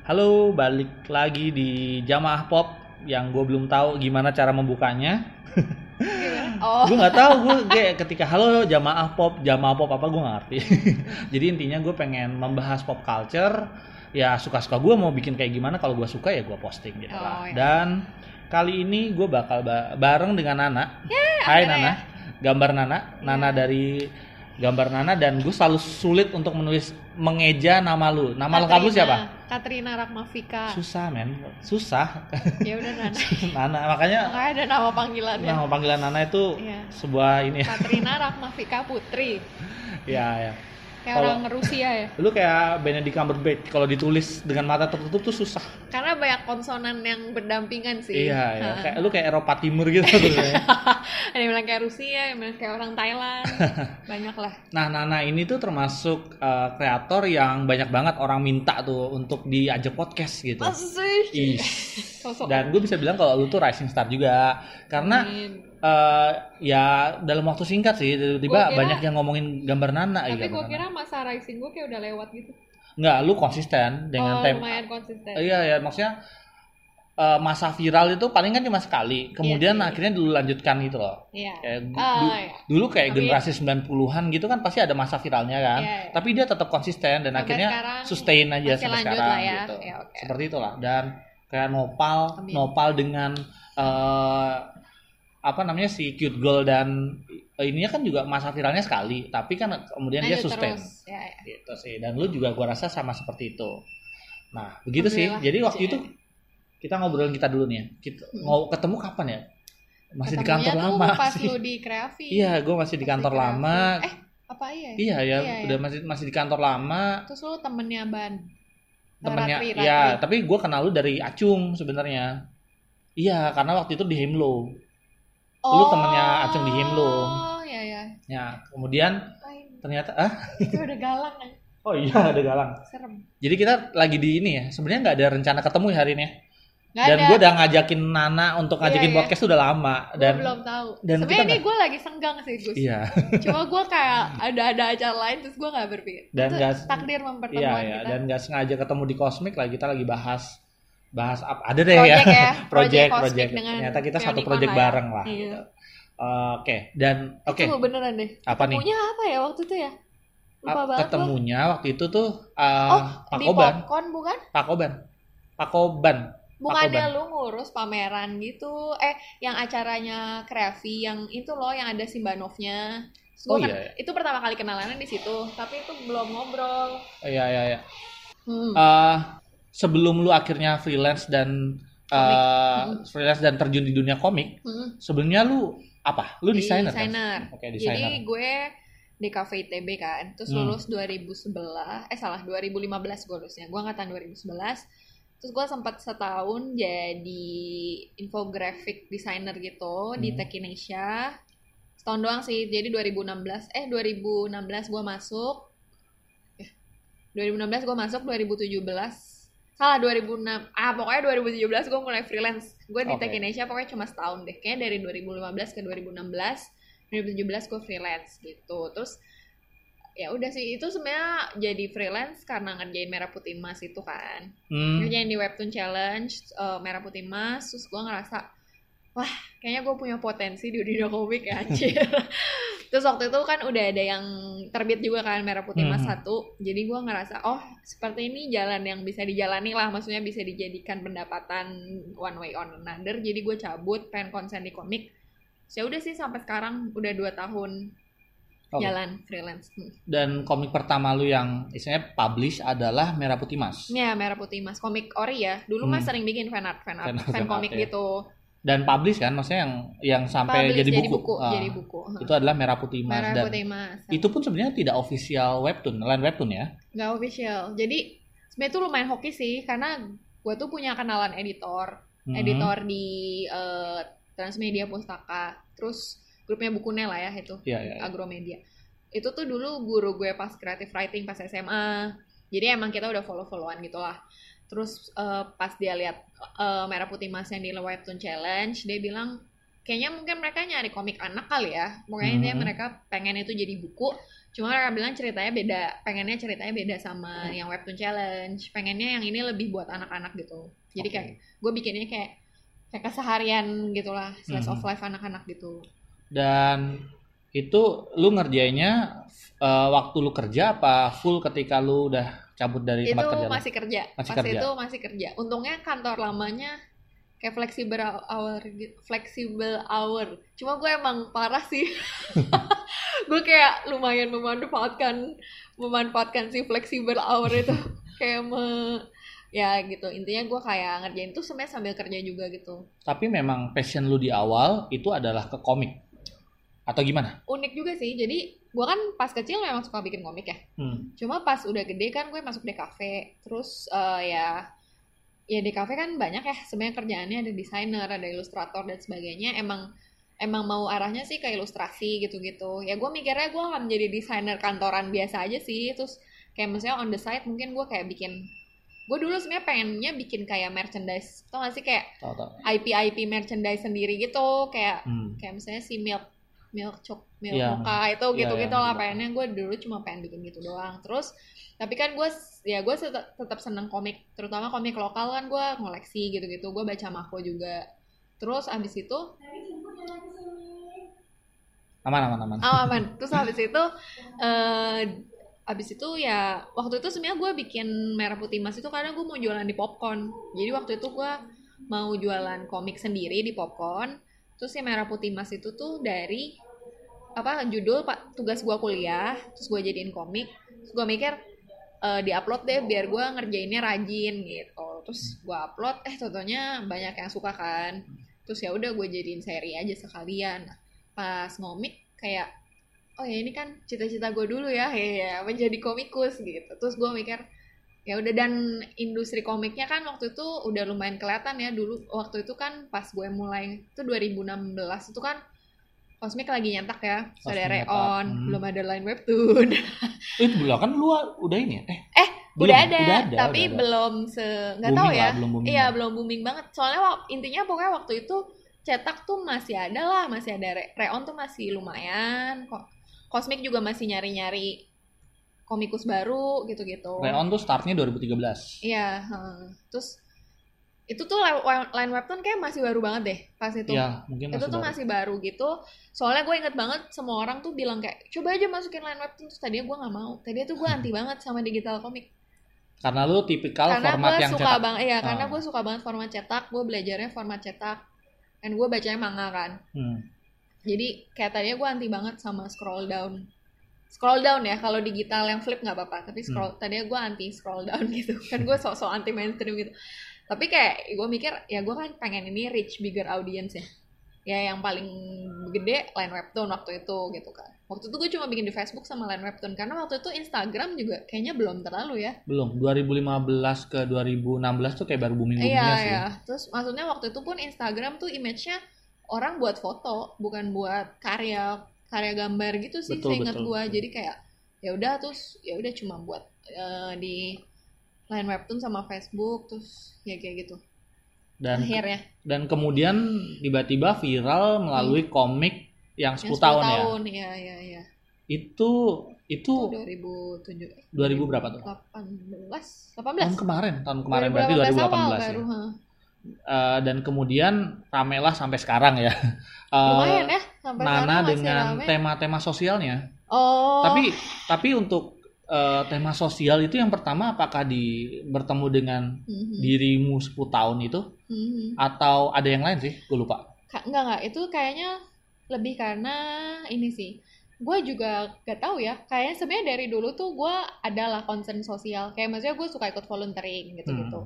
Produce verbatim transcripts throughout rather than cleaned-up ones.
Halo, balik lagi di Jamaah Pop yang gue belum tahu gimana cara membukanya. Oh. Gue nggak tahu, gue kayak ketika halo Jamaah Pop, Jamaah Pop apa gue nggak ngerti. Jadi intinya gue pengen membahas pop culture. Ya suka-suka gue mau bikin kayak gimana, kalau gue suka ya gue posting gitu lah. Oh, ya. Dan kali ini gue bakal ba- bareng dengan Nana. Ya, Hai akhirnya Nana, ya. gambar Nana, Nana Ya. dari gambar Nana, dan gue selalu sulit untuk menulis mengeja nama lu. Nama lengkap lu siapa? Katrina Rakmafika. Susah men, susah. Ya udah Nana. Nana, makanya Makanya ada nama panggilannya. nama panggilan Nana itu Iya. sebuah ini ya. Katrina Rakmafika Putri. Ya, ya. Kayak Kalau- orang Rusia ya. Lu kayak Benedict Cumberbatch, kalau ditulis dengan mata tertutup tuh susah. Karena banyak konsonan yang berdampingan sih. Iya, ya. Ha. Kayak lu kayak Eropa Timur gitu tulisannya. Ada yang bilang kayak Rusia, ada yang bilang kayak orang Thailand. Banyak lah. Nah, Nana ini tuh termasuk eh, kreator yang banyak banget orang minta tuh untuk diajak podcast gitu. Asik. Ih. Sosok. Dan gue bisa bilang kalau lu tuh rising star juga, karena Amin. eh, ya dalam waktu singkat sih tiba-tiba Gua kira- banyak yang ngomongin gambar Nana. Tapi ya, gue gambar kira Nana. masa rising gue kayak udah lewat gitu. Nggak, lu konsisten dengan Oh, tem- lumayan konsisten. Iya ya, maksudnya eh, masa viral itu paling kan cuma sekali, kemudian Iya sih. akhirnya dulu lanjutkan gitu loh. Iya. Kayak du- Ah, du- iya. dulu kayak Tapi- generasi sembilan puluhan gitu kan pasti ada masa viralnya kan. Iya, iya. Tapi dia tetap konsisten dan Sampai akhirnya sekarang sustain aja masih sampai lanjut sekarang lah ya. gitu. Ya, oke. Seperti itulah. Dan kayak Nopal, Amin. Nopal dengan eh, apa namanya si Cute Girl, dan eh, ininya kan juga masa viralnya sekali, tapi kan kemudian dia Lanjut sustain. terus. Ya, ya. Gitu sih. Dan lu juga gua rasa sama seperti itu. Nah, begitu sih. Alhamdulillah. Jadi waktu Cie. itu kita ngobrolin kita dulu nih ya. Kita Hmm. mau ketemu kapan ya? Masih di Ketemunya kantor tuh lama pas sih. lu di Kreavi. Iya, gue masih di Pas kantor Kreavi. lama. Eh, apa iya? ya? Iya ya, Iya, udah iya. masih masih di kantor lama. Terus lu temennya Ban. Temennya, Ratri, iya. Ratri. Tapi gue kenal lu dari Acung sebenarnya. Iya, karena waktu itu di Himlo. Lu temennya Acung di Himlo. Oh, iya ya. Ya, kemudian Lain. ternyata ah, Itu udah galang kan. oh iya ada Galang. Serem. Jadi kita lagi di ini ya. Sebenarnya nggak ada rencana ketemu ya hari ini. ya. Gak Dan ada. gue udah ngajakin Nana untuk Iya, ngajakin iya. podcast tuh udah lama. Gua Dan belum tahu. dan Sebenarnya kita ini nggak- gue lagi senggang sih Gus. iya. Cuma gue kayak ada-ada acara lain terus gue gak berpikir. Dan Itu nggak- takdir Iya mempertemuan ya, kita. dan nggak sengaja ketemu di Cosmic lah, kita lagi bahas bahas apa ada deh Project ya, ya, project project Cosmic project. dengan Ternyata kita satu Veronica project Maya. bareng lah. Iya. gitu. Oke, dan oke Itu beneran deh. apa nih? Ketemunya apa ya waktu itu ya? Lupa Ah, banget gua. ketemunya waktu itu tuh uh, Oh, Pak di Koban, Popcorn bukan? Pak Koban, Pak Koban. Bukannya Koban. lu ngurus pameran gitu. Eh, yang acaranya Kreavi yang itu loh yang ada Simbanovnya. Terus gua Oh, kan- iya, iya. Itu pertama kali kenalannya di situ, tapi itu belum ngobrol. Oh, iya iya iya. Hmm. Uh, sebelum lu akhirnya freelance dan uh, Komik. freelance dan terjun di dunia komik, Hmm. sebelumnya lu apa? Lu Di desainer kan? desainer. Oke, Jadi desainer. gue di Cafe I T B kan, terus Hmm. lulus dua ribu sebelas, eh salah dua ribu lima belas gue lulusnya, gue angkatan dua ribu sebelas, terus gue sempat setahun jadi infographic designer gitu di Hmm. Techinesia, setahun doang sih, jadi dua ribu enam belas, eh dua ribu enam belas gue masuk, eh, dua ribu enam belas gue masuk, dua ribu tujuh belas, salah dua ribu enam, ah pokoknya dua ribu tujuh belas gue mulai freelance, gue di Oke. Techinesia pokoknya cuma setahun deh, kayaknya dari dua ribu lima belas ke dua ribu enam belas, dua ribu tujuh belas gue freelance gitu. Terus ya udah sih, itu sebenarnya jadi freelance karena ngerjain Merah Putih Emas itu kan, Hmm. ngerjain di Webtoon Challenge eh, Merah Putih Emas. Terus gue ngerasa wah kayaknya gue punya potensi di dunia komik ya anjir. Terus waktu itu kan udah ada yang terbit juga kan Merah Putih Emas Hmm. satu, jadi gue ngerasa oh seperti ini jalan yang bisa dijalani lah, maksudnya bisa dijadikan pendapatan one way or another. Jadi gue cabut pengen konsen di komik. Ya udah sih sampai sekarang udah dua tahun Oke. jalan freelance. Hmm. Dan komik pertama lu yang istilahnya publish adalah Merah Putih Mas. Ya Merah Putih Emas komik ori ya. Dulu mah Hmm. sering bikin fan art, fan art, Fan art, fan fan art, komik ya. gitu. Dan publish kan, maksudnya yang yang sampai Publish, jadi buku. buku, Ah, jadi buku. Itu adalah Merah Putih Mas. Merah Dan Putih Emas. itu pun sebenarnya tidak official webtoon, lain webtoon ya. Nggak official. Jadi sebenarnya itu lumayan hoki sih karena gue tuh punya kenalan editor, Mhm. editor di eh, Transmedia Pustaka. Terus grupnya Bukunya lah ya itu, Iya, iya, iya. Agromedia. Itu tuh dulu guru gue pas creative writing pas S M A. Jadi emang kita udah follow-followan gitu lah. Terus eh, pas dia lihat eh, Merah Putih Mas yang di Webtoon Challenge, dia bilang kayaknya mungkin mereka nyari komik anak kali ya. Pokoknya Hmm. intinya mereka pengen itu jadi buku. Cuma mereka bilang ceritanya beda, pengennya ceritanya beda sama yang Webtoon Challenge. Pengennya yang ini lebih buat anak-anak gitu. Jadi Oke. kayak gue bikinnya kayak kayak keseharian gitulah, slice Hmm. of life anak-anak gitu. Dan itu lu ngerjainnya eh, waktu lu kerja apa full ketika lu udah cabut dari Itu tempat kerja lu? masih kerja. Masih Pas kerja. itu masih kerja. Untungnya kantor lamanya kayak flexible hour gitu, flexible hour. Cuma gue emang parah sih. Gue kayak lumayan memanfaatkan memanfaatkan si flexible hour itu kayak me, ya gitu. Intinya gue kayak ngerjain tuh sebenarnya sambil kerja juga gitu. Tapi memang passion lu di awal itu adalah ke komik atau gimana? Unik juga sih. Jadi gue kan pas kecil memang suka bikin komik ya. Hmm. Cuma pas udah gede kan gue masuk D K V. Terus eh, ya ya D K V kan banyak ya sebenarnya kerjaannya, ada desainer, ada ilustrator dan sebagainya. Emang emang mau arahnya sih ke ilustrasi gitu-gitu. Ya gue mikirnya gue akan menjadi desainer kantoran biasa aja sih. Terus kayak misalnya on the side mungkin gue kayak bikin, gue dulu sebenarnya pengennya bikin kayak merchandise, tau gak sih kayak Tahu tahu. I P I P merchandise sendiri gitu, kayak Hmm. kayak misalnya si milk milk chok milk Iya. mocha itu Iya, gitu-gitu yang lah. gitu. Pengennya gue dulu cuma pengen bikin gitu doang. Terus tapi kan gue ya gue tetap tetap seneng komik, terutama komik lokal kan gue ngoleksi gitu-gitu. Gue baca Mako juga. Terus abis itu Aman aman aman. oh, aman. Terus habis itu eh habis itu ya waktu itu sebenarnya gue bikin Merah Putih Mas itu karena gue mau jualan di Popcorn. Jadi waktu itu gue mau jualan komik sendiri di Popcorn. Terus ya Merah Putih Mas itu tuh dari apa judul pak tugas gue kuliah, terus gue jadiin komik. Terus gue mikir eh di-upload deh biar gue ngerjainnya rajin gitu. Terus gue upload, eh totonya banyak yang suka kan. Terus ya udah gue jadiin seri aja sekalian. Nah, pas ngomik kayak oh ya ini kan cita-cita gue dulu ya, ya menjadi komikus gitu. Terus gue mikir ya udah, dan industri komiknya kan waktu itu udah lumayan kelihatan ya dulu. Waktu itu kan pas gue mulai itu dua ribu enam belas itu kan Cosmic lagi nyetak ya, Cosmic ada nyetak, Reon, hmm. belum ada Line Webtoon. Eh, itu belum kan lu udah ini ya? Eh, Eh, belum, udah ada, udah ada, tapi udah ada. belum se nggak Booming tahu lah, ya. belum booming Iya, lah. belum booming banget. Soalnya wak- intinya pokoknya waktu itu cetak tuh masih ada lah, masih ada Re- Reon tuh masih lumayan kok. Cosmic juga masih nyari-nyari komikus baru gitu-gitu. Reon tuh startnya dua ribu tiga belas. Iya, heeh. Terus itu tuh li- Line Webtoon kayak masih baru banget deh pas itu. Iya, mungkin Itu masih tuh baru. masih baru gitu. Soalnya gue inget banget semua orang tuh bilang kayak coba aja masukin Line Webtoon. Terus tadinya gue nggak mau. Tadinya tuh gue anti banget sama digital komik. Karena lu tipikal Karena format gue yang suka cetak. banget, iya karena Ah. gue suka banget format cetak. Gue belajarnya format cetak. Dan gue bacanya manga kan. Hmm. Jadi kayak tadinya gue anti banget sama scroll down. Scroll down ya, kalau digital yang flip nggak apa-apa. Tapi scroll, tadinya gue anti scroll down gitu. Kan gue sok-sok anti mainstream gitu. Tapi kayak gue mikir ya gue kan pengen ini reach bigger audience ya. Ya yang paling gede Line Webtoon waktu itu gitu kan. Waktu itu gue cuma bikin di Facebook sama Line Webtoon. Karena waktu itu Instagram juga kayaknya belum terlalu ya. Belum, dua ribu lima belas ke dua ribu enam belas tuh kayak baru booming-boomingnya Iya, sih. iya. Terus maksudnya waktu itu pun Instagram tuh image-nya orang buat foto, bukan buat karya karya gambar gitu sih, Betul, seingat betul, gua. betul. Jadi kayak ya udah, terus ya udah cuma buat eh, di Line Webtoon sama Facebook, terus ya kayak gitu. Dan Akhirnya dan kemudian tiba-tiba viral melalui komik yang yang sepuluh sepuluh tahun, ya. tahun, iya iya iya. Itu itu Itu dua ribu tujuh eh, dua ribu berapa tuh? delapan belas delapan belas Tahun kemarin, tahun kemarin berarti dua ribu delapan belas ya. baru, ha. Eh, dan kemudian ramelah sampai sekarang ya. Eh, Lumayan ya sampai Nana sekarang masih dengan rame. tema-tema sosialnya. Oh. Tapi tapi untuk eh, tema sosial itu yang pertama apakah di bertemu dengan Mhm, dirimu sepuluh tahun itu mhm. atau ada yang lain sih? Gue lupa. Ka- enggak enggak itu kayaknya lebih karena ini sih, gue juga gak tahu ya, kayaknya sebenarnya dari dulu tuh gue adalah concern sosial, kayak maksudnya gue suka ikut volunteering gitu-gitu.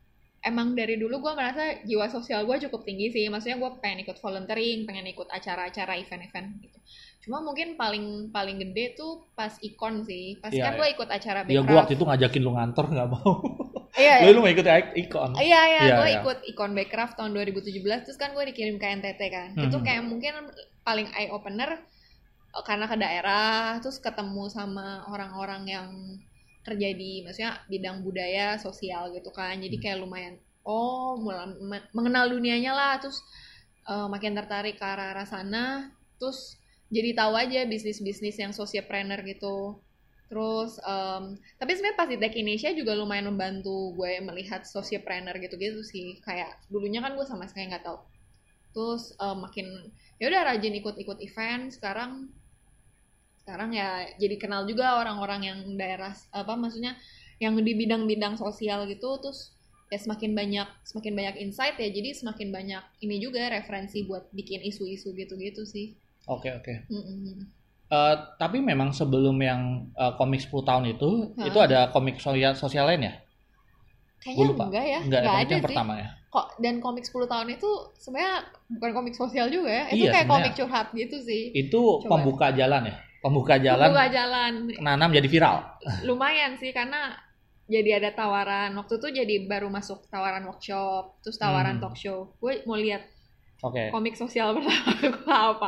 Emang dari dulu gue merasa jiwa sosial gue cukup tinggi sih, maksudnya gue pengen ikut volunteering, pengen ikut acara-acara event-event gitu. Cuma mungkin paling paling gede tuh pas ikon sih, pas Iya, kan iya. gue ikut acara Ya gue Backcraft. waktu itu ngajakin lu ngantor nggak mau. Iya, Lu iya. lu mau ikut ikon. Iya, iya, Iya, gue iya. ikut ikon Backcraft tahun dua ribu tujuh belas, terus kan gue dikirim ke N T T kan. Itu Mhm. kayak mungkin paling eye opener eh, karena ke daerah, terus ketemu sama orang-orang yang kerja di maksudnya bidang budaya, sosial gitu kan. Jadi kayak lumayan oh mulai me- mengenal dunianya lah, terus uh, makin tertarik ke arah-arah sana, terus jadi tahu aja bisnis-bisnis yang sociopreneur gitu. Terus um, tapi sebenarnya pas di Tech Indonesia juga lumayan membantu gue melihat sociopreneur gitu-gitu sih. Kayak dulunya kan gue sama sekali nggak tahu. Terus um, makin ya udah rajin ikut-ikut event. Sekarang sekarang ya jadi kenal juga orang-orang yang daerah apa maksudnya yang di bidang-bidang sosial gitu. Terus ya semakin banyak semakin banyak insight ya. Jadi semakin banyak ini juga referensi buat bikin isu-isu gitu-gitu sih. Oke oke. Mm-mm. Uh, tapi memang sebelum yang uh, komik sepuluh tahun itu, Hah? itu ada komik sosial, sosial lain ya? Kayaknya lupa. enggak ya, Enggak, enggak komik ada yang sih. pertama ya. Kok dan komik sepuluh tahun itu sebenarnya bukan komik sosial juga ya. Itu Iya, kayak sebenarnya. komik curhat gitu sih. Itu Coba. pembuka jalan ya? Pembuka jalan, Pembuka jalan. nanam jadi viral. Lumayan sih karena jadi ada tawaran. Waktu itu jadi baru masuk tawaran workshop, terus tawaran Hmm. talk show. Gue mau lihat Oke. komik sosial pertama gue apa.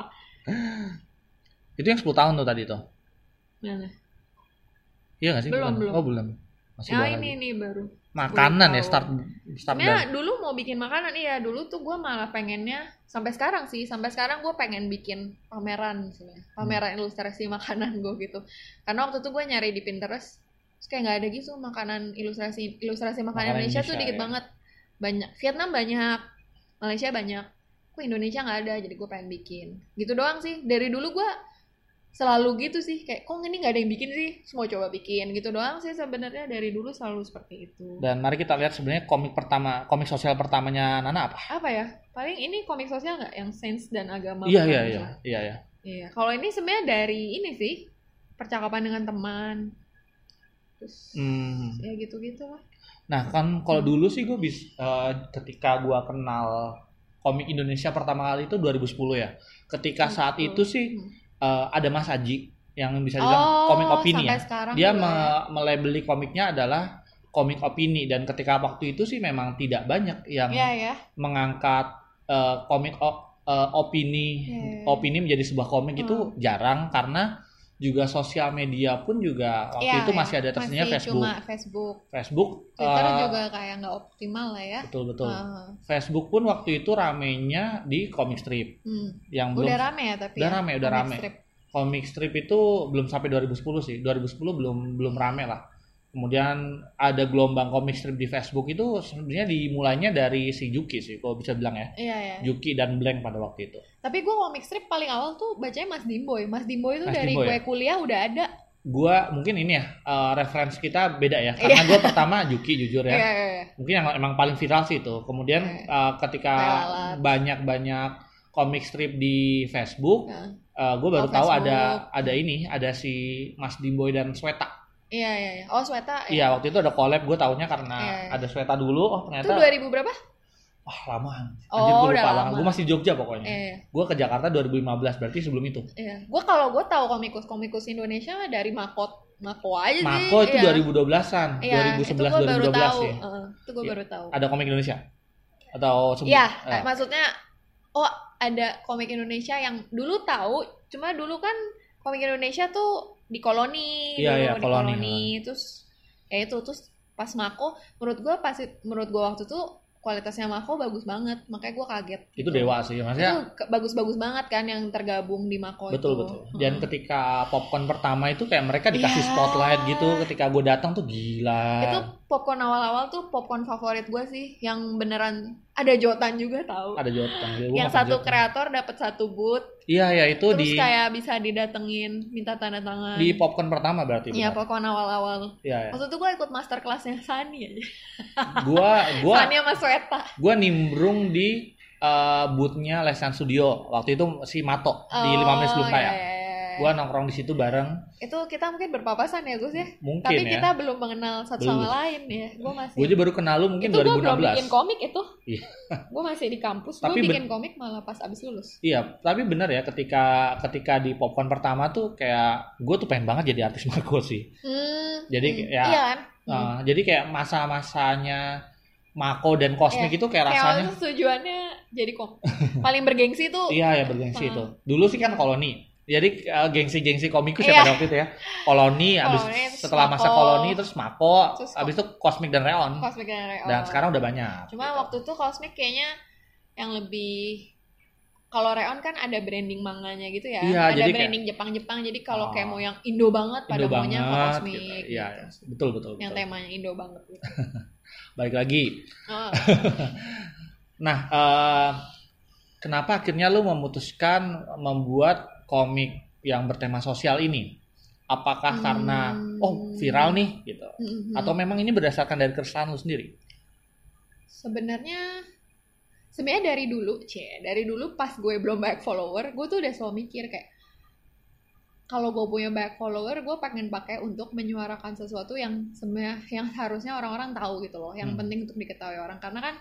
Itu yang sepuluh tahun tuh tadi tuh. Mana? Iya nggak sih? Belum, Bukan? belum. Oh belum. Masih Ya baru ini lagi. nih baru. Makanan sepuluh ya, start tahun. start Sebenarnya dari. dulu mau bikin makanan, iya dulu tuh gue malah pengennya sampai sekarang sih, sampai sekarang gue pengen bikin pameran sebenarnya, pameran ilustrasi makanan gue gitu. Karena waktu itu gue nyari di Pinterest, terus kayak nggak ada gitu makanan ilustrasi ilustrasi makanan Makanan Indonesia, tuh Indonesia, dikit ya. banget. Banyak Vietnam banyak, Malaysia banyak, kok Indonesia nggak ada, jadi gue pengen bikin. Gitu doang sih. Dari dulu gue selalu gitu sih, kayak kok ini nggak ada yang bikin sih, semua coba bikin gitu doang sih sebenarnya. Dari dulu selalu seperti itu. Dan mari kita lihat sebenarnya komik pertama, komik sosial pertamanya Nana apa? Apa ya, paling ini komik sosial nggak yang sains dan agama? Iya bukan iya gitu. iya iya iya. Iya, kalau ini sebenarnya dari ini sih, percakapan dengan teman, terus Hmm. ya gitu-gitu lah. Nah kan kalau dulu sih gue bisa uh, ketika gue kenal komik Indonesia pertama kali itu dua ribu sepuluh ya. Ketika saat itu sih Hmm. uh, ada Mas Aji yang bisa dibilang Oh, komik opini sampai ya. sekarang Dia juga ya. me- melabeli komiknya adalah komik opini, dan ketika waktu itu sih memang tidak banyak yang Iya ya. mengangkat uh, komik o- uh, opini Iya. opini menjadi sebuah komik itu Hmm. jarang, karena juga sosial media pun juga waktu Iya, itu iya. masih ada tersedianya Masih Facebook. cuma Facebook, Facebook Twitter uh, juga kayak nggak optimal lah ya. betul betul. Ah, Facebook pun waktu itu ramenya di komik strip hmm. yang belum Udah rame ya tapi udah ya, rame, udah comic rame. strip. Komik strip itu belum sampai dua ribu sepuluh sih. dua ribu sepuluh belum belum rame lah. Kemudian ada gelombang komik strip di Facebook itu sebenarnya dimulainya dari si Juki sih, kalau bisa bilang ya. Iya ya. Juki dan Blank pada waktu itu. Tapi gue komik strip paling awal tuh bacanya Mas Dimboy. Mas Dimboy itu Mas dari Dimboy gue ya? kuliah udah ada. Gua mungkin ini ya, uh, referensi kita beda ya. Karena gue pertama Juki jujur ya. Iya iya iya. Mungkin yang emang paling viral sih itu. Kemudian uh, ketika Relat. banyak-banyak komik strip di Facebook, Nah. uh, gue baru Oh, tahu Facebook. ada ada ini, ada si Mas Dimboy dan Sweta. Iya iya iya. Oh, Sweta. Iya, waktu itu ada collab, gue taunya karena Iya, iya. ada Sweta dulu. Oh Itu ternyata, dua ribu berapa? wah lama. Anjir, Oh, gue udah lupa lama. banget. Gue masih di Jogja pokoknya. Iya. Gue ke Jakarta dua ribu lima belas, berarti sebelum itu. Iya. Gue kalau gue tahu komikus-komikus Indonesia mah dari Makot, Mako aja sih. Mako itu iya. dua ribu dua belasan, Iya, dua ribu sebelas, itu gue dua ribu baru dua belas tahu. ya. Heeh, itu gue Iya. baru tahu. Ada komik Indonesia? Atau sebelum? Iya, Eh, maksudnya oh ada komik Indonesia yang dulu tahu, cuma dulu kan komik Indonesia tuh di koloni, Iya, dulu iya, di koloni, koloni, terus ya itu terus pas Mako, menurut gue pas menurut gue waktu itu kualitasnya Mako bagus banget, makanya gue kaget. itu gitu. dewa sih, maksudnya. Itu ke- bagus-bagus banget kan yang tergabung di Mako Betul itu. betul. Dan Heeh. ketika popcorn pertama itu kayak mereka dikasih Iya. spotlight gitu. Ketika gue datang tuh gila. Itu popcorn awal-awal tuh popcorn favorit gue sih, yang beneran ada jotan juga tahu. Ada jotan. Gua Yang makan satu jotan. kreator dapat satu booth, Iya ya itu terus di kayak bisa didatengin minta tanda tangan. di popcorn pertama berarti. Iya, benar. popcorn awal-awal. Iya ya. Waktu itu gue ikut master kelasnya Sani aja. Gua gua Sani sama Sweta. gua nimbrung di uh, boothnya Lesan Studio. Waktu itu si Mato di lima menit sebelum Oh, kaya. iya, iya, iya. Gua nongkrong di situ bareng. Itu kita mungkin berpapasan ya Gus ya. Mungkin Tapi ya. kita belum mengenal satu Belum. sama lain ya. Gue masih. Gue aja baru kenal lu mungkin itu gue dua ribu enam belum belas. bikin komik itu. Iya. Gue masih di kampus. Tapi Gue ben- bikin komik malah pas abis lulus. Iya, tapi bener ya ketika ketika di popcorn pertama tuh kayak gue tuh pengen banget jadi artis Mako sih. Hmm. Jadi hmm. ya, Iya kan. Uh, jadi kayak masa-masanya Mako dan Cosmic Iya. itu kayak Kayak rasanya waktu tujuannya jadi kom paling bergengsi tuh. iya ya bergengsi Hmm. itu. Dulu sih kan koloni. Jadi uh, gengsi-gengsi komikus Iya. ya pada waktu itu ya. Koloni, abis Koloni, terus setelah masa Mako. koloni terus Mako, Terus abis itu Cosmic dan Reon. Cosmic dan Reon. Dan sekarang udah banyak. Cuma gitu. waktu itu Cosmic kayaknya yang lebih kalau Reon kan ada branding manganya gitu ya, Iya, ada jadi branding Jepang-Jepang. Jadi kalau Oh. kayak mau yang Indo banget, pada Indo maunya banget, Cosmic gitu. gitu. Iya, betul betul. Yang betul. temanya Indo banget gitu. Balik lagi. Oh. Nah, eh, kenapa akhirnya lu memutuskan membuat komik yang bertema sosial ini? Apakah Hmm. karena oh viral nih gitu, Mhm. atau memang ini berdasarkan dari keresahan lu sendiri? Sebenarnya sebenarnya dari dulu, cie, dari dulu pas gue belum banyak follower, gue tuh udah selalu mikir kayak kalau gue punya banyak follower, gue pengen pakai untuk menyuarakan sesuatu yang sebenarnya yang harusnya orang-orang tahu gitu loh, yang Hmm. penting untuk diketahui orang. Karena kan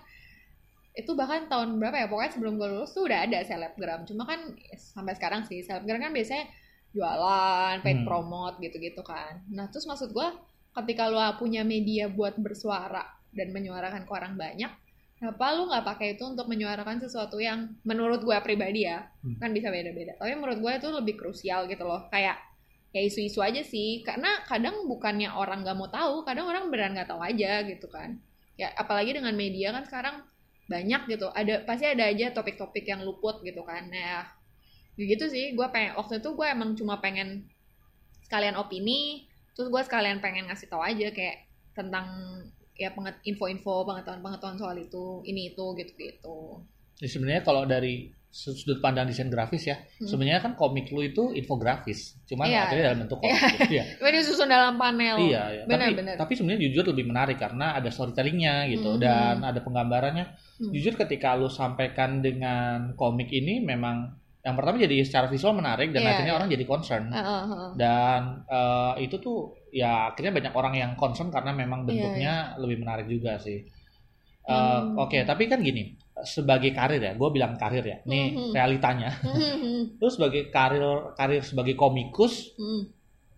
itu bahkan tahun berapa ya, pokoknya sebelum gue lulus tuh udah ada selebgram. Cuma kan ya, sampai sekarang sih selebgram kan biasanya jualan, paid Hmm. promote gitu-gitu kan. Nah terus maksud gue ketika lo punya media buat bersuara dan menyuarakan ke orang banyak, kenapa lu nggak pakai itu untuk menyuarakan sesuatu yang menurut gue pribadi ya, Hmm. kan bisa beda-beda, tapi menurut gue itu lebih krusial gitu loh, kayak ya isu-isu aja sih, karena kadang bukannya orang nggak mau tahu, kadang orang beneran nggak tahu aja gitu kan. Ya apalagi dengan media kan sekarang banyak gitu, ada pasti ada aja topik-topik yang luput gitu kan. Nah gitu sih, gue pengen waktu itu gue emang cuma pengen sekalian opini, terus gue sekalian pengen ngasih tahu aja kayak tentang ya penget, info-info pengetahuan-pengetahuan soal itu, ini itu gitu-gitu. Jadi sebenarnya kalau dari sudut pandang desain grafis ya, Hmm. sebenarnya kan komik lu itu infografis, cuman Iya. akhirnya dalam bentuk komik. Iya. gitu, Iya. Tapi disusun dalam panel. Iya, iya. Tapi, Benar-benar. tapi sebenarnya jujur lebih menarik karena ada storytellingnya gitu Mhm. dan ada penggambarannya. Hmm. Jujur ketika lu sampaikan dengan komik ini memang yang pertama jadi secara visual menarik dan Iya, akhirnya iya. orang jadi concern. Uh, uh, uh. Dan eh, itu tuh ya akhirnya banyak orang yang concern karena memang Iya, bentuknya lebih menarik juga sih. Eh, Hmm. Oke, tapi kan gini, sebagai karir ya, gue bilang karir ya, ini Mhm. realitanya. Hmm. Lu sebagai karir karir sebagai komikus, Hmm.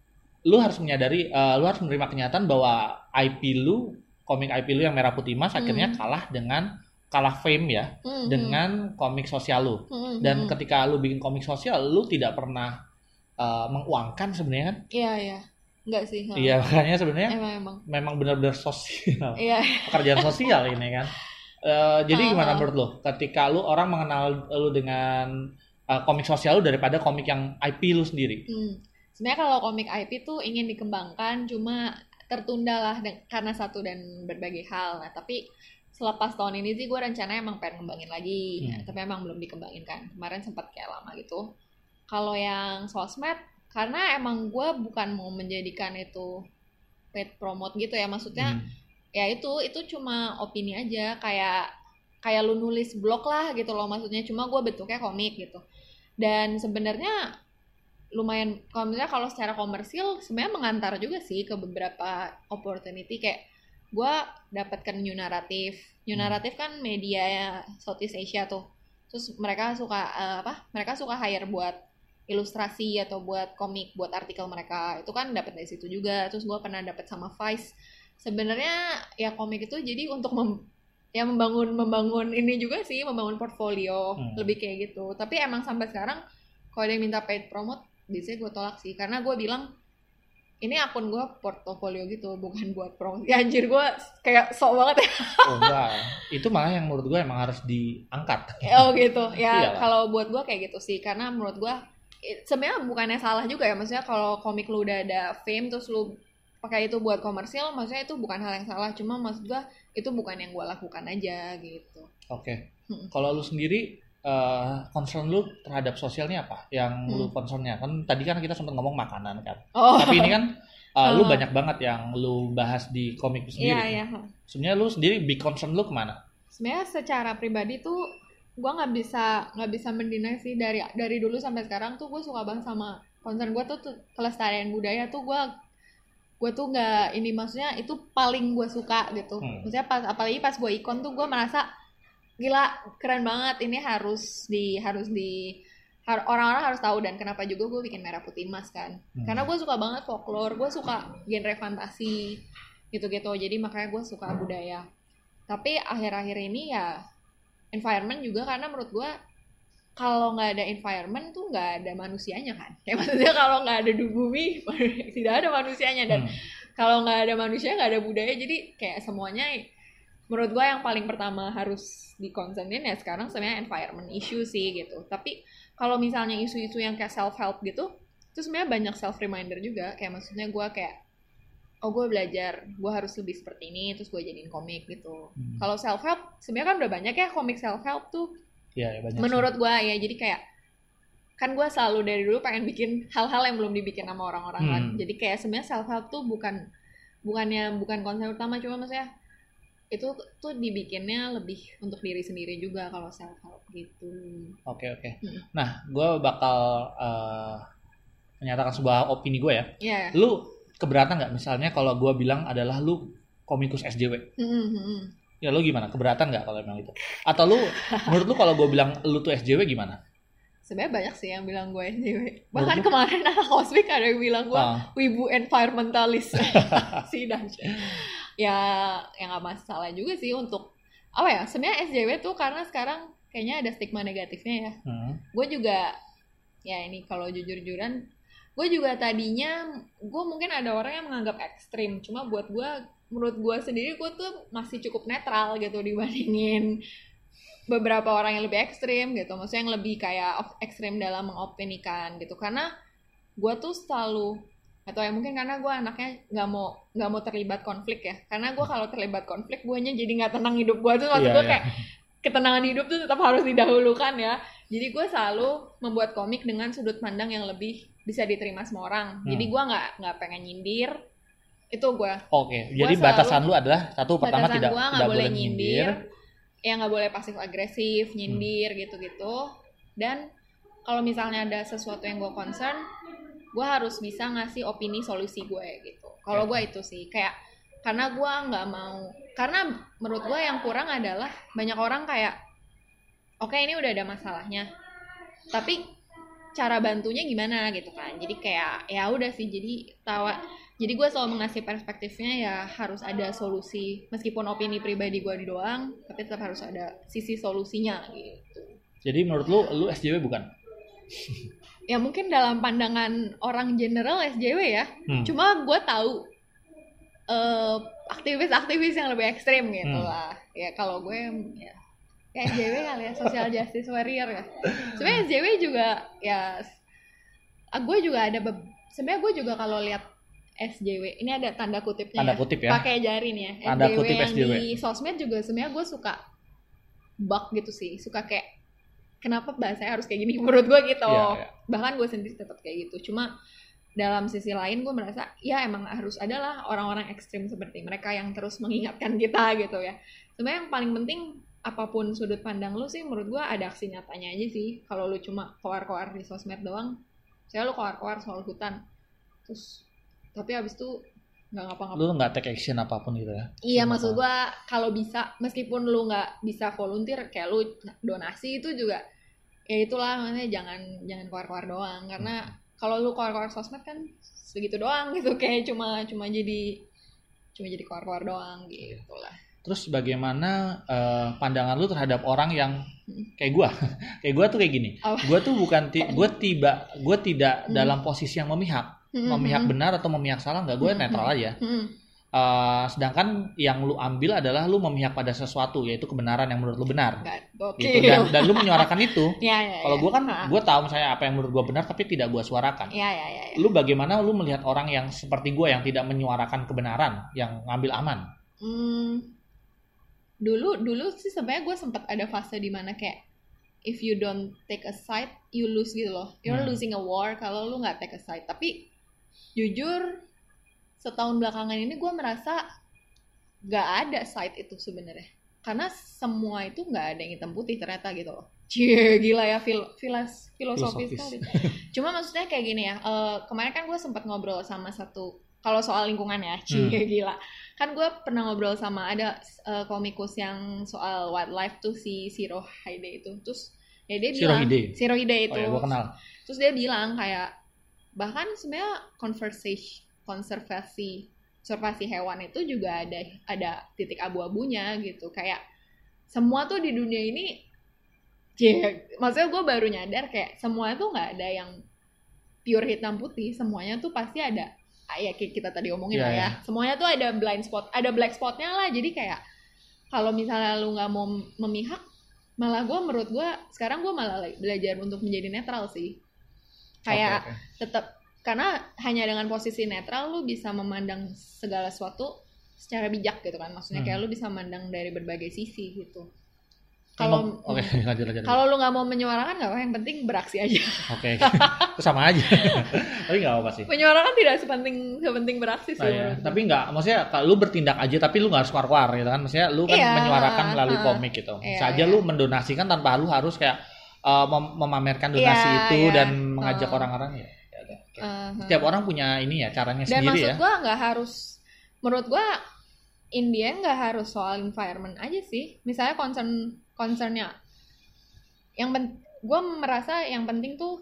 lu harus menyadari, eh, lu harus menerima kenyataan bahwa I P lu, komik I P lu yang merah putih mas, Hmm. akhirnya kalah dengan kalah fame ya, Hmm. dengan komik sosial lu. Hmm. Dan Hmm. ketika lu bikin komik sosial, lu tidak pernah eh, menguangkan sebenarnya kan? Iya, iya. Enggak sih. huh. Iya, makanya sebenarnya Emang emang. memang benar-benar sosial. Iya. Pekerjaan sosial ini kan. Eh, jadi Ah, gimana ah. menurut lo ketika lu orang mengenal lu dengan eh, komik sosial lu daripada komik yang I P lu sendiri? Hmm. Sebenarnya kalau komik I P tuh ingin dikembangkan, cuma tertunda lah de- karena satu dan berbagai hal. Nah, tapi selepas tahun ini sih gue rencananya emang pengen ngembangin lagi. Hmm. Nah, tapi emang belum dikembangin kan. Kemarin sempat kayak lama gitu. Kalau yang sosmed, karena emang gue bukan mau menjadikan itu paid promote gitu ya. Maksudnya Hmm. ya itu itu cuma opini aja, kayak kayak lu nulis blog lah gitu loh, maksudnya cuma gue bentuknya komik gitu. Dan sebenarnya lumayan, kalau misalnya kalau secara komersil sebenarnya mengantar juga sih ke beberapa opportunity, kayak gue dapatkan New Narrative. New Hmm. Narrative kan media Southeast Asia tuh, terus mereka suka eh, apa mereka suka hire buat ilustrasi atau buat komik, buat artikel mereka, itu kan dapat dari situ juga. Terus gue pernah dapat sama Vice. Sebenarnya ya komik itu jadi untuk mem- ya membangun membangun ini juga sih, membangun portfolio, Hmm. lebih kayak gitu. Tapi emang sampai sekarang kalau ada yang minta paid promote, biasanya gue tolak sih, karena gue bilang ini akun gue portfolio gitu, bukan buat promosi. Ya anjir, gue kayak sok banget ya. Oh enggak, itu malah yang menurut gue emang harus diangkat. Oh gitu ya. Iyalah. Kalau buat gue kayak gitu sih, karena menurut gue eh, sebenarnya bukannya salah juga ya, maksudnya kalau komik lu udah ada fame terus lu pakai itu buat komersil, maksudnya itu bukan hal yang salah, cuma maksud gue itu bukan yang gue lakukan aja gitu. Oke, Hmm. kalau lu sendiri eh, concern lu terhadap sosialnya apa? Yang lu Hmm. concernnya kan tadi kan kita sempat ngomong makanan kan, Oh tapi ini kan eh, lu Oh. banyak banget yang lu bahas di komik lu sendiri. iya iya. Sebenarnya lu sendiri big concern lu kemana? Sebenarnya secara pribadi tuh gue nggak bisa nggak bisa mendinai sih, dari dari dulu sampai sekarang tuh gue suka banget sama concern gue tuh, tuh kelestarian budaya tuh gue gue tuh nggak ini, maksudnya itu paling gue suka gitu. Hmm. Maksudnya pas apalagi pas gue ikon tuh gue merasa gila keren banget, ini harus di harus di har- orang-orang harus tahu. Dan kenapa juga gue bikin merah putih emas kan, Hmm. karena gue suka banget folklore, gue suka genre fantasi gitu-gitu, jadi makanya gue suka budaya. Tapi akhir-akhir ini ya environment juga, karena menurut gue kalau nggak ada environment tuh nggak ada manusianya kan. Kayak maksudnya kalau nggak ada di bumi tidak ada manusianya, dan Hmm. kalau nggak ada manusia nggak ada budaya, jadi kayak semuanya menurut gue yang paling pertama harus dikonsernin ya sekarang sebenarnya environment issue sih gitu. Tapi kalau misalnya isu-isu yang kayak self help gitu, itu sebenarnya banyak self reminder juga. Kayak maksudnya gue kayak, oh gue belajar, gue harus lebih seperti ini, terus gue jadiin komik gitu. Hmm. Kalau self help, sebenarnya kan udah banyak ya komik self help tuh. Iya, ya, banyak. Menurut gue ya, jadi kayak kan gue selalu dari dulu pengen bikin hal-hal yang belum dibikin sama orang-orang hmm. kan. Jadi kayak sebenarnya self help tuh bukan bukannya bukan konsep utama, cuma maksudnya itu tuh dibikinnya lebih untuk diri sendiri juga kalau self help gitu. Oke oke. Hmm. Nah, gue bakal uh, menyatakan sebuah opini gue ya. Yeah. Lu keberatan nggak misalnya kalau gue bilang adalah lu komikus S J W? Mm-hmm. Ya lu gimana? Keberatan nggak kalau emang itu? Atau lu menurut lu kalau gue bilang lu tuh S J W gimana? Sebenarnya banyak sih yang bilang gue S J W. Bahkan kemarin anak Cosmic ada yang bilang gue ah. wibu environmentalist. Sih dah. Ya, yang nggak masalah juga sih untuk apa ya? Sebenarnya S J W tuh karena sekarang kayaknya ada stigma negatifnya ya. Hmm. Gue juga ya ini kalau jujur-jujuran, gue juga tadinya gue mungkin ada orang yang menganggap ekstrim. Cuma buat gue, menurut gue sendiri gue tuh masih cukup netral gitu dibandingin beberapa orang yang lebih ekstrim gitu. Maksudnya yang lebih kayak ekstrim dalam mengopinikan gitu. Karena gue tuh selalu atau ya mungkin karena gue anaknya nggak mau nggak mau terlibat konflik ya, karena gue kalau terlibat konflik guanya jadi nggak tenang hidup gue tuh. Maksud yeah, gue kayak yeah. ketenangan hidup tuh tetap harus didahulukan ya. Jadi gue selalu membuat komik dengan sudut pandang yang lebih bisa diterima semua orang. hmm. Jadi gue nggak nggak pengen nyindir itu gue. Oke, okay. Jadi selalu, batasan lu adalah satu pertama tidak gua tidak boleh boleh nyindir, nyindir. Ya nggak boleh pasif agresif nyindir hmm. gitu-gitu. Dan kalau misalnya ada sesuatu yang gue concern, gue harus bisa ngasih opini solusi gue gitu. Kalau gue itu sih kayak karena gue nggak mau, karena menurut gue yang kurang adalah banyak orang kayak oke okay, ini udah ada masalahnya, tapi cara bantunya gimana gitu kan. Jadi kayak ya udah sih, jadi tawa. Jadi gue selalu mengasih perspektifnya ya harus ada solusi, meskipun opini pribadi gue doang, tapi tetap harus ada sisi solusinya gitu. Jadi menurut lu, lu S J W bukan? Ya mungkin dalam pandangan orang general S J W ya. Hmm. Cuma gue tahu uh, aktivis-aktivis yang lebih ekstrim gitu hmm. lah. Ya kalau gue ya kayak S J W kali ya, social justice warrior ya. Sebenarnya S J W juga ya, gue juga ada be- sebenarnya gue juga kalau lihat S J W ini ada tanda kutipnya tanda ya, kutip ya. Pakai jari nih ya. Tanda S J W kutip yang S J W. Di sosmed juga sebenarnya gue suka bug gitu sih, suka kayak kenapa bahasanya harus kayak gini menurut gue gitu. Yeah, yeah. Bahkan gue sendiri tetap kayak gitu. Cuma dalam sisi lain gue merasa ya emang harus adalah orang-orang ekstrim seperti mereka yang terus mengingatkan kita gitu ya. Sebenarnya yang paling penting apapun sudut pandang lu sih menurut gue ada aksi nyatanya aja sih. Kalau lu cuma koar-koar di sosmed doang, saya lu koar-koar soal hutan terus tapi abis itu nggak ngapa-ngapa. Lu nggak take action apapun gitu ya? Iya, cuma maksud gue kalau bisa, meskipun lu nggak bisa volunteer, kayak lu donasi itu juga, ya itulah makanya jangan jangan koar-koar doang. Karena hmm. kalau lu koar-koar sosmed kan segitu doang gitu, kayak cuma cuma jadi cuma jadi koar-koar doang gitu lah. Terus bagaimana uh, pandangan lu terhadap orang yang kayak gue? Kayak gue tuh kayak gini. Oh. Gue tuh bukan ti- gue tiba gue tidak hmm. dalam posisi yang memihak. Mm-hmm. Memihak benar atau memihak salah enggak, gue mm-hmm. netral aja. Mm-hmm. Uh, sedangkan yang lu ambil adalah lu memihak pada sesuatu, yaitu kebenaran yang menurut lu benar. Okay. Gitu. Dan, dan lu menyuarakan itu. ya, ya, Kalau ya. gue kan, gue tahu misalnya apa yang menurut gue benar, tapi tidak gue suarakan. Ya, ya, ya, ya. Lu bagaimana lu melihat orang yang seperti gue yang tidak menyuarakan kebenaran, yang ngambil aman? Hmm, dulu, dulu sih sebenarnya gue sempat ada fase di mana kayak if you don't take a side, you lose gitu loh. You're hmm. losing a war kalau lu nggak take a side. Tapi jujur setahun belakangan ini gue merasa gak ada side itu sebenarnya, karena semua itu gak ada yang hitam putih ternyata gitu loh. Cie, gila ya fil- filas- filosofis sekali. Cuma maksudnya kayak gini ya, uh, kemarin kan gue sempat ngobrol sama satu, kalau soal lingkungan ya, cie hmm. gila. Kan gue pernah ngobrol sama ada uh, komikus yang soal wildlife tuh, si Shiro Haide itu. Terus ya dia bilang Shiro Haide itu. Oh ya, gue kenal. Terus dia bilang kayak bahkan sebenarnya konversasi konservasi konservasi hewan itu juga ada ada titik abu-abunya gitu. Kayak semua tuh di dunia ini, yeah, maksudnya gue baru nyadar kayak semua tuh nggak ada yang pure hitam putih, semuanya tuh pasti ada, ya kayak kita tadi omongin yeah, lah ya, yeah. semuanya tuh ada blind spot, ada black spotnya lah. Jadi kayak kalau misalnya lu nggak mau memihak, malah gue menurut gue sekarang gue malah belajar untuk menjadi netral sih. Kayak okay, okay. tetap karena hanya dengan posisi netral lu bisa memandang segala sesuatu secara bijak gitu kan. Maksudnya hmm. kayak lu bisa memandang dari berbagai sisi gitu. Kalau oke, okay, lanjut lanjut. Kalau lu nggak mau menyuarakan nggak apa, yang penting beraksi aja. Oke, okay. Itu sama aja. Tapi nggak apa sih. Menyuarakan tidak sepenting sepenting beraksi sih. Nah, ya. Tapi nggak, maksudnya kalau lu bertindak aja, tapi lu nggak harus keluar-keluar gitu kan. Maksudnya lu kan iya, menyuarakan melalui uh, komik gitu. Iya, Saja iya. Lu mendonasikan tanpa lu harus kayak uh, mem- memamerkan donasi iya, itu iya. Dan mengajak uh. orang-orang ya. Okay. Uh-huh. Setiap orang punya ini ya caranya dan sendiri ya. Dan maksud gua nggak harus, menurut gua India nggak harus soal environment aja sih. Misalnya concern concernnya. Yang pen- gue merasa yang penting tuh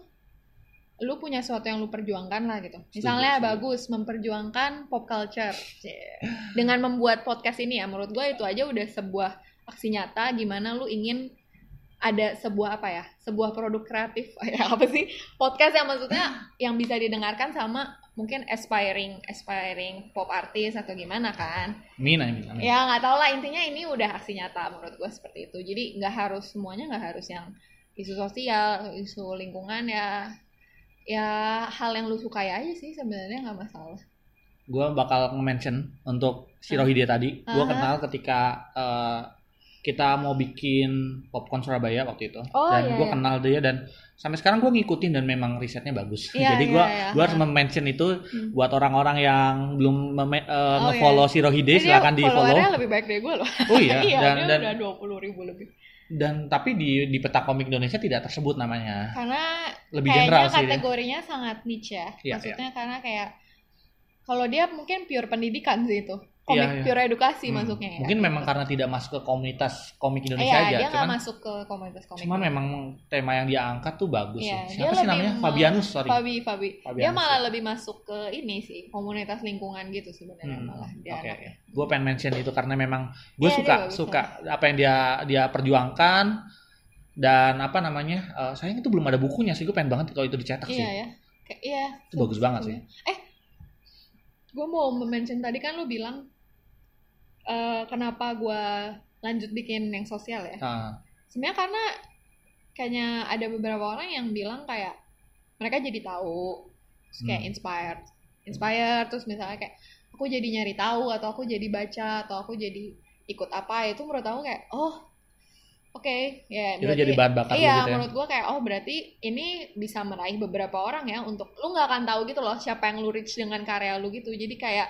lu punya sesuatu yang lu perjuangkan lah gitu. Misalnya setuju, bagus setuju. Memperjuangkan pop culture dengan membuat podcast ini ya, menurut gue itu aja udah sebuah aksi nyata gimana lu ingin ada sebuah apa ya, sebuah produk kreatif ya apa sih, podcast yang maksudnya yang bisa didengarkan sama mungkin aspiring aspiring pop artis atau gimana kan. Amin, amin, amin. Ya nggak tau lah, intinya ini udah aksi nyata menurut gue seperti itu. Jadi nggak harus semuanya, nggak harus yang isu sosial, isu lingkungan ya, ya hal yang lu sukai aja sih sebenarnya nggak masalah. Gue bakal nge-mention untuk Shirohide huh? tadi. Gue kenal ketika uh, kita mau bikin Popcorn Surabaya waktu itu, oh, dan iya, gue iya. kenal dia dan sampai sekarang gue ngikutin dan memang risetnya bagus. Iya, jadi gue iya, gue iya. harus mention itu hmm. buat orang-orang yang belum mem- uh, oh, nge-follow iya. Shirohide, silakan di follow. Followernya lebih baik dari gue loh. Oh iya, iya dan, dia dan udah dua puluh ribu lebih. Dan tapi di di peta komik Indonesia tidak tersebut namanya. Karena lebih general sih. Kategorinya dia. Sangat niche ya. Iya, maksudnya iya. karena kayak kalau dia mungkin pure pendidikan sih itu. Komik iya, iya. pure edukasi hmm. masuknya ya. Mungkin memang karena tidak masuk ke komunitas komik Indonesia iya, aja. Iya, dia nggak cuman, masuk ke komunitas komik. Cuman memang tema yang dia angkat tuh bagus iya, sih. Siapa sih namanya? Ma- Fabianus, sorry. Fabi, Fabi. Fabianus, dia malah ya. Lebih masuk ke ini sih, komunitas lingkungan gitu sebenarnya hmm. malah dia. Oke. Okay. Gue pengen mention itu karena memang gue iya, suka suka ya. Apa yang dia dia perjuangkan dan apa namanya? Uh, sayang itu belum ada bukunya sih. Gue pengen banget kalau itu dicetak iya, sih. Iya ya. Kayak iya. Itu bagus banget sih. Eh, gue mau mention tadi kan lu bilang Uh, kenapa gue lanjut bikin yang sosial ya? Uh. Sebenarnya karena kayaknya ada beberapa orang yang bilang kayak mereka jadi tahu, terus kayak hmm. inspired, inspired, terus misalnya kayak aku jadi nyari tahu atau aku jadi baca atau aku jadi ikut apa, itu menurut aku kayak oh oke okay, ya. Itu jadi bahan bakar iya, gitu ya? Menurut gue kayak oh berarti ini bisa meraih beberapa orang ya, untuk lu nggak akan tahu gitu loh siapa yang lu reach dengan karya lu gitu, jadi kayak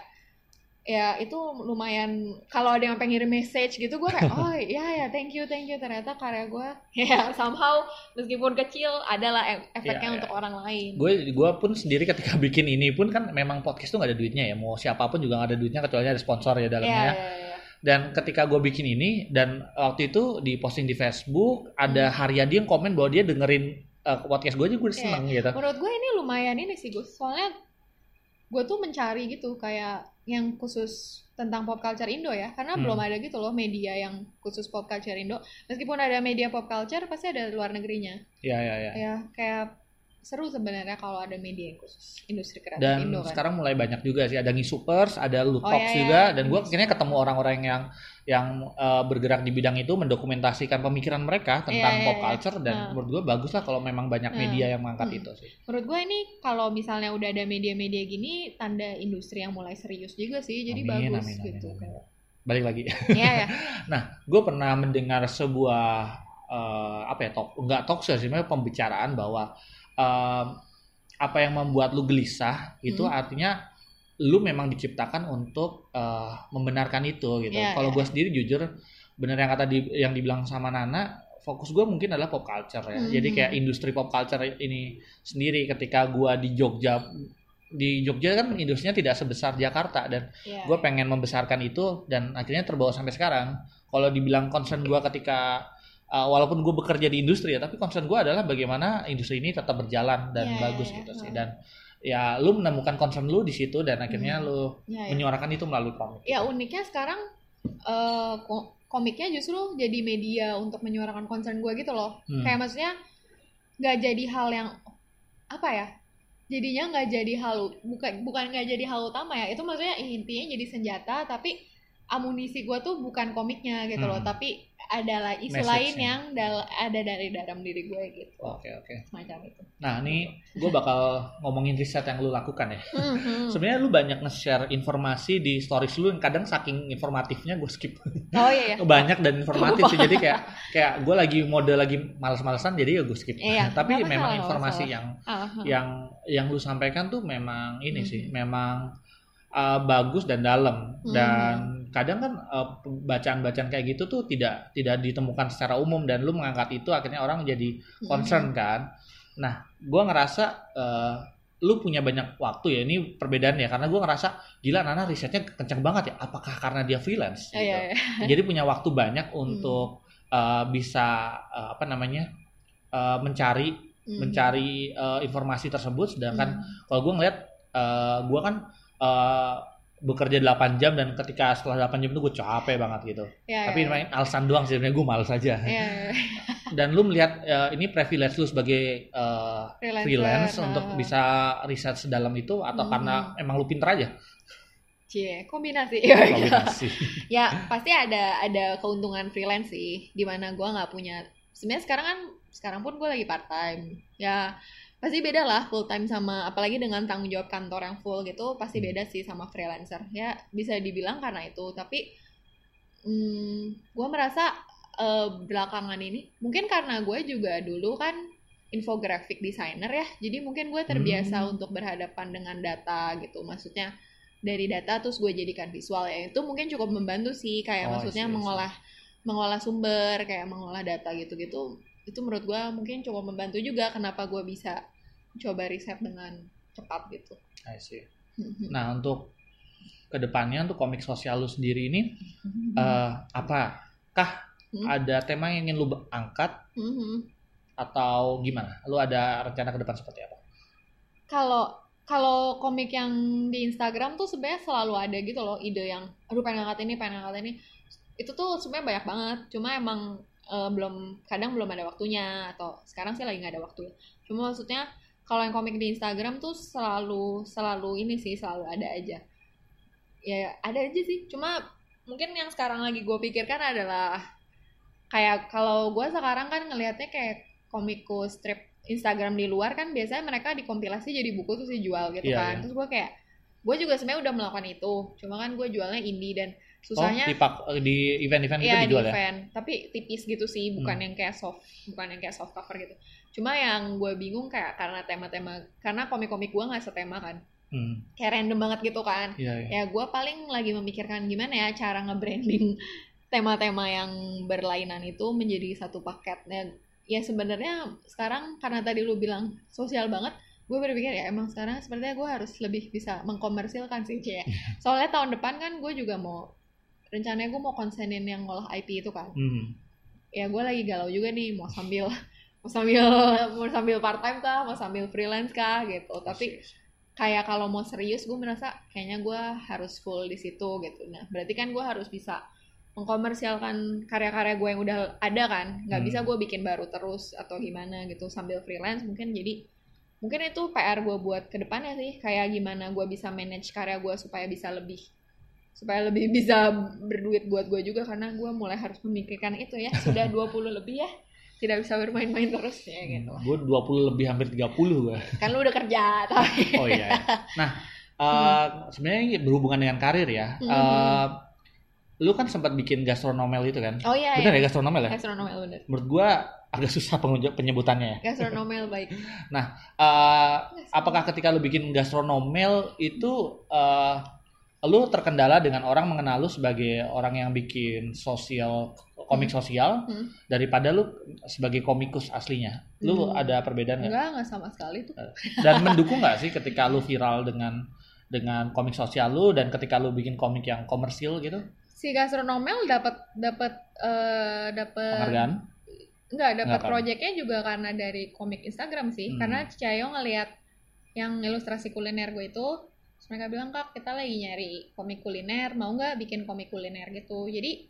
ya itu lumayan, kalau ada yang pengen ngirim message gitu gue kayak oh iya ya thank you thank you ternyata karya gue ya somehow meskipun kecil adalah efeknya ya, untuk ya. Orang lain. Gue gue pun sendiri ketika bikin ini pun kan memang podcast tuh nggak ada duitnya ya, mau siapapun juga nggak ada duitnya kecuali ada sponsor ya dalamnya. Ya, ya, ya. Dan ketika gue bikin ini dan waktu itu di posting di Facebook ada hmm. Haryadi yang komen bahwa dia dengerin uh, podcast gue aja gue seneng ya. Gitu. Menurut gue ini lumayan ini sih Gus, soalnya gue tuh mencari gitu kayak yang khusus tentang pop culture Indo ya, karena hmm. belum ada gitu loh media yang khusus pop culture Indo. Meskipun ada media pop culture pasti ada luar negerinya. Iya iya iya. Ya kayak seru sebenarnya kalau ada media yang khusus industri kreatif dan Indo kan. Sekarang mulai banyak juga sih, ada Ngisupers, ada Lutox oh, iya, juga iya. Dan gue akhirnya ketemu orang-orang yang yang uh, bergerak di bidang itu mendokumentasikan pemikiran mereka tentang iya, pop culture iya. Dan nah. menurut gue bagus lah kalau memang banyak media nah. yang mengangkat hmm. itu sih. Menurut gue ini kalau misalnya udah ada media-media gini tanda industri yang mulai serius juga sih, jadi amin, bagus amin, gitu. Amin, amin. Balik lagi. Iya ya. Nah, gue pernah mendengar sebuah uh, apa ya talk, enggak talk show sih, sebenarnya pembicaraan bahwa Um, apa yang membuat lu gelisah itu hmm. artinya lu memang diciptakan untuk uh, membenarkan itu gitu. Yeah, Kalau yeah. gue sendiri jujur bener yang kata di, yang dibilang sama Nana, fokus gue mungkin adalah pop culture ya. Hmm. Jadi kayak industri pop culture ini sendiri ketika gue di Jogja di Jogja kan industrinya tidak sebesar Jakarta dan yeah. gue pengen membesarkan itu dan akhirnya terbawa sampai sekarang. Kalau dibilang concern gue ketika Uh, walaupun gue bekerja di industri ya, tapi concern gue adalah bagaimana industri ini tetap berjalan dan yeah, bagus yeah, gitu yeah. sih. Dan ya lu menemukan concern lu di situ dan akhirnya hmm. lu yeah, menyuarakan yeah. itu melalui komik. Ya uniknya sekarang uh, komiknya justru jadi media untuk menyuarakan concern gue gitu loh. Hmm. Kayak maksudnya nggak jadi hal yang apa ya? Jadinya nggak jadi hal bukan bukan nggak jadi hal utama ya. Itu maksudnya intinya jadi senjata, tapi amunisi gue tuh bukan komiknya gitu hmm. loh, tapi adalah isu message lain yang dal- ada dari dalam diri gue gitu. Oke okay, oke. Okay. Semacam itu. Nah ini gue bakal ngomongin riset yang lu lakukan ya. Mm-hmm. Sebenarnya lu banyak nge-share informasi di stories lu yang kadang saking informatifnya gue skip. Oh iya. iya. Banyak dan informatif sih, jadi kayak kayak gue lagi mode lagi malas-malasan jadi ya gue skip. Iya, tapi memang salah, informasi salah. yang uh-huh. yang yang lu sampaikan tuh memang ini mm-hmm. sih, memang uh, bagus dan dalam mm-hmm. dan kadang kan uh, bacaan-bacaan kayak gitu tuh tidak tidak ditemukan secara umum dan lu mengangkat itu akhirnya orang jadi concern mm-hmm. kan. Nah, gue ngerasa uh, lu punya banyak waktu ya, ini perbedaan ya, karena gue ngerasa gila Nana risetnya kencang banget ya, apakah karena dia freelance gitu. Iya, iya. Jadi punya waktu banyak untuk mm. uh, bisa uh, apa namanya uh, mencari mm. mencari uh, informasi tersebut, sedangkan mm. kalau gue ngeliat uh, gue kan uh, bekerja delapan jam dan ketika setelah delapan jam itu gue capek banget gitu. Ya, tapi ya, ya. alasan doang sih, sebenarnya gue malas aja. Ya, ya. Dan lu melihat uh, ini privilege lu sebagai uh, freelance nah. untuk bisa riset sedalam itu atau hmm. karena emang lu pinter aja? Cie, kombinasi. Kombinasi. Ya pasti ada ada keuntungan freelance sih, dimana gue nggak punya. Sebenarnya sekarang kan sekarang pun gue lagi part time. Ya pasti beda lah full time sama, apalagi dengan tanggung jawab kantor yang full gitu, pasti beda sih sama freelancer. Ya bisa dibilang karena itu, tapi hmm, gue merasa uh, belakangan ini mungkin karena gue juga dulu kan infographic designer ya, jadi mungkin gue terbiasa hmm. untuk berhadapan dengan data gitu, maksudnya dari data terus gue jadikan visual ya, itu mungkin cukup membantu sih, kayak oh, maksudnya isi, mengolah isi. mengolah sumber, kayak mengolah data gitu-gitu. Itu menurut gue mungkin cukup membantu juga kenapa gue bisa coba riset dengan cepat gitu. I see. Nah untuk kedepannya untuk komik sosial lu sendiri ini mm-hmm. uh, apakah mm-hmm. ada tema yang ingin lu angkat mm-hmm. atau gimana? Lu ada rencana ke depan seperti apa? Kalau kalau komik yang di Instagram tuh sebenarnya selalu ada gitu loh ide yang aduh pengen angkat ini, pengen angkat ini. Itu tuh sebenarnya banyak banget. Cuma emang Uh, belum kadang belum ada waktunya, atau sekarang sih lagi nggak ada waktu. Cuma maksudnya kalau yang komik di Instagram tuh selalu selalu ini sih selalu ada aja. Ya ada aja sih. Cuma mungkin yang sekarang lagi gue pikirkan adalah kayak kalau gue sekarang kan ngelihatnya kayak komiku strip Instagram di luar kan biasanya mereka dikompilasi jadi buku terus dijual gitu yeah, kan. Yeah. Terus gue kayak gue juga sebenarnya udah melakukan itu. Cuma kan gue jualnya indie dan susahnya oh, di, pak, di event-event ya, itu dijual di event, ya? Tapi tipis gitu sih, bukan hmm. yang kayak soft, bukan yang kayak soft cover gitu. Cuma yang gue bingung kayak karena tema-tema, karena komik-komik gue nggak setema kan, hmm. kayak random banget gitu kan. Ya, ya. ya gue paling lagi memikirkan gimana ya cara nge-branding tema-tema yang berlainan itu menjadi satu paket. Ya, ya sebenarnya sekarang karena tadi lu bilang sosial banget, gue berpikir ya emang sekarang sepertinya gue harus lebih bisa mengkomersilkan sih Cie. Soalnya tahun depan kan gue juga mau rencananya gue mau konsenin yang ngolah I P itu kan. Hmm. Ya gue lagi galau juga nih mau sambil mau sambil mau sambil part time kah, mau sambil freelance kah gitu. Tapi kayak kalau mau serius gue merasa kayaknya gue harus full di situ gitu. Nah berarti kan gue harus bisa mengkomersialkan karya-karya gue yang udah ada kan. Nggak hmm. bisa gue bikin baru terus atau gimana gitu sambil freelance. Mungkin jadi mungkin itu P R gue buat kedepannya sih, kayak gimana gue bisa manage karya gue supaya bisa lebih supaya lebih bisa berduit buat gue juga, karena gue mulai harus memikirkan itu ya, sudah dua puluh lebih ya, tidak bisa bermain-main terus ya gitu. Hmm, gue dua puluh lebih hampir tiga puluh gue. Kan lu udah kerja tapi. Oh iya. Nah, uh, hmm. sebenarnya berhubungan dengan karir ya. Hmm. Uh, lu kan sempat bikin gastronomel itu kan? Oh iya. Benar iya. ya gastronomel ya? Gastronomel benar. Menurut gue agak susah penyebutannya ya. Gastronomel baik. Nah, uh, apakah ketika lu bikin gastronomel itu uh, lu terkendala dengan orang mengenal lu sebagai orang yang bikin sosial komik hmm. sosial hmm. daripada lu sebagai komikus aslinya? Lu hmm. ada perbedaan nggak? Enggak, nggak sama sekali tuh. Dan mendukung nggak sih ketika lu viral dengan dengan komik sosial lu dan ketika lu bikin komik yang komersil gitu? Si gastronomel dapat dapat uh, dapat penghargaan? Enggak, dapat proyeknya juga karena dari komik Instagram sih. Hmm. Karena Cicayo ngelihat yang ilustrasi kuliner gue itu, mereka bilang, Kak, kita lagi nyari komik kuliner, mau nggak bikin komik kuliner gitu. Jadi,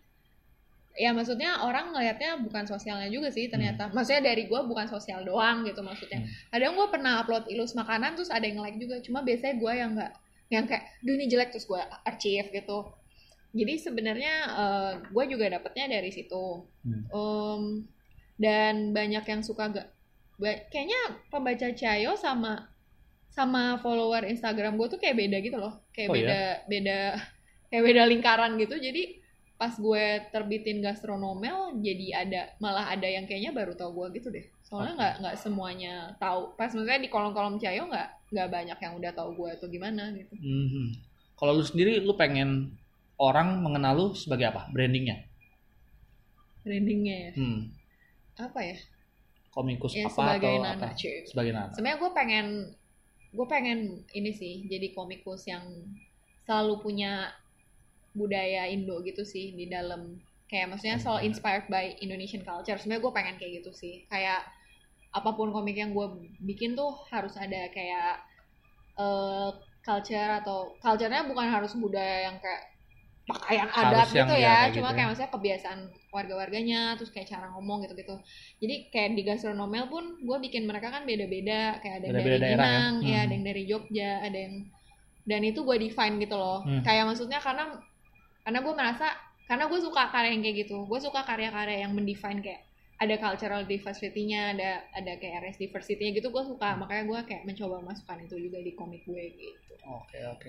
ya maksudnya orang ngelihatnya bukan sosialnya juga sih ternyata. Hmm. Maksudnya dari gue bukan sosial doang gitu maksudnya. Hmm. Kadang gue pernah upload ilus makanan, terus ada yang like juga. Cuma biasanya gue yang nggak, yang kayak, duh ini jelek, terus gue archive gitu. Jadi sebenarnya uh, gue juga dapetnya dari situ. Hmm. Um, dan banyak yang suka gak, kayaknya pembaca Chayo sama sama follower Instagram gue tuh kayak beda gitu loh, kayak oh, beda ya? beda kayak beda lingkaran gitu. Jadi pas gue terbitin Gastronomel, jadi ada malah ada yang kayaknya baru tau gue gitu deh. Soalnya nggak okay. nggak semuanya tahu. Pas maksudnya di kolom-kolom Chayo nggak nggak banyak yang udah tahu gue atau gimana gitu. Mm-hmm. Kalau lu sendiri, lu pengen orang mengenal lu sebagai apa? Brandingnya? Brandingnya ya. Hmm. Apa ya? Komikus ya, apa atau Nana, apa? Cuy. Sebagai Nana. Sebenarnya gue pengen gue pengen ini sih, jadi komikus yang selalu punya budaya Indo gitu sih di dalam, kayak maksudnya selalu inspired by Indonesian culture. Sebenarnya gue pengen kayak gitu sih, kayak apapun komik yang gue bikin tuh harus ada kayak uh, culture, atau culture-nya bukan harus budaya yang kayak pakaian adat gitu ya, cuma kayak, kayak maksudnya kebiasaan warga-warganya, terus kayak cara ngomong gitu-gitu. Jadi kayak di Gastronomel pun gue bikin mereka kan beda-beda, kayak ada yang dari Minang, ya, hmm. ya ada yang dari Jogja, ada yang, dan itu gue define gitu loh. Hmm. Kayak maksudnya karena karena gue merasa, karena gue suka karya yang kayak gitu, gue suka karya-karya yang mendefine kayak ada cultural diversity-nya, ada ada kayak race diversity-nya gitu, gue suka. Hmm. Makanya gue kayak mencoba masukkan itu juga di komik gue gitu. Oke okay, oke. Okay.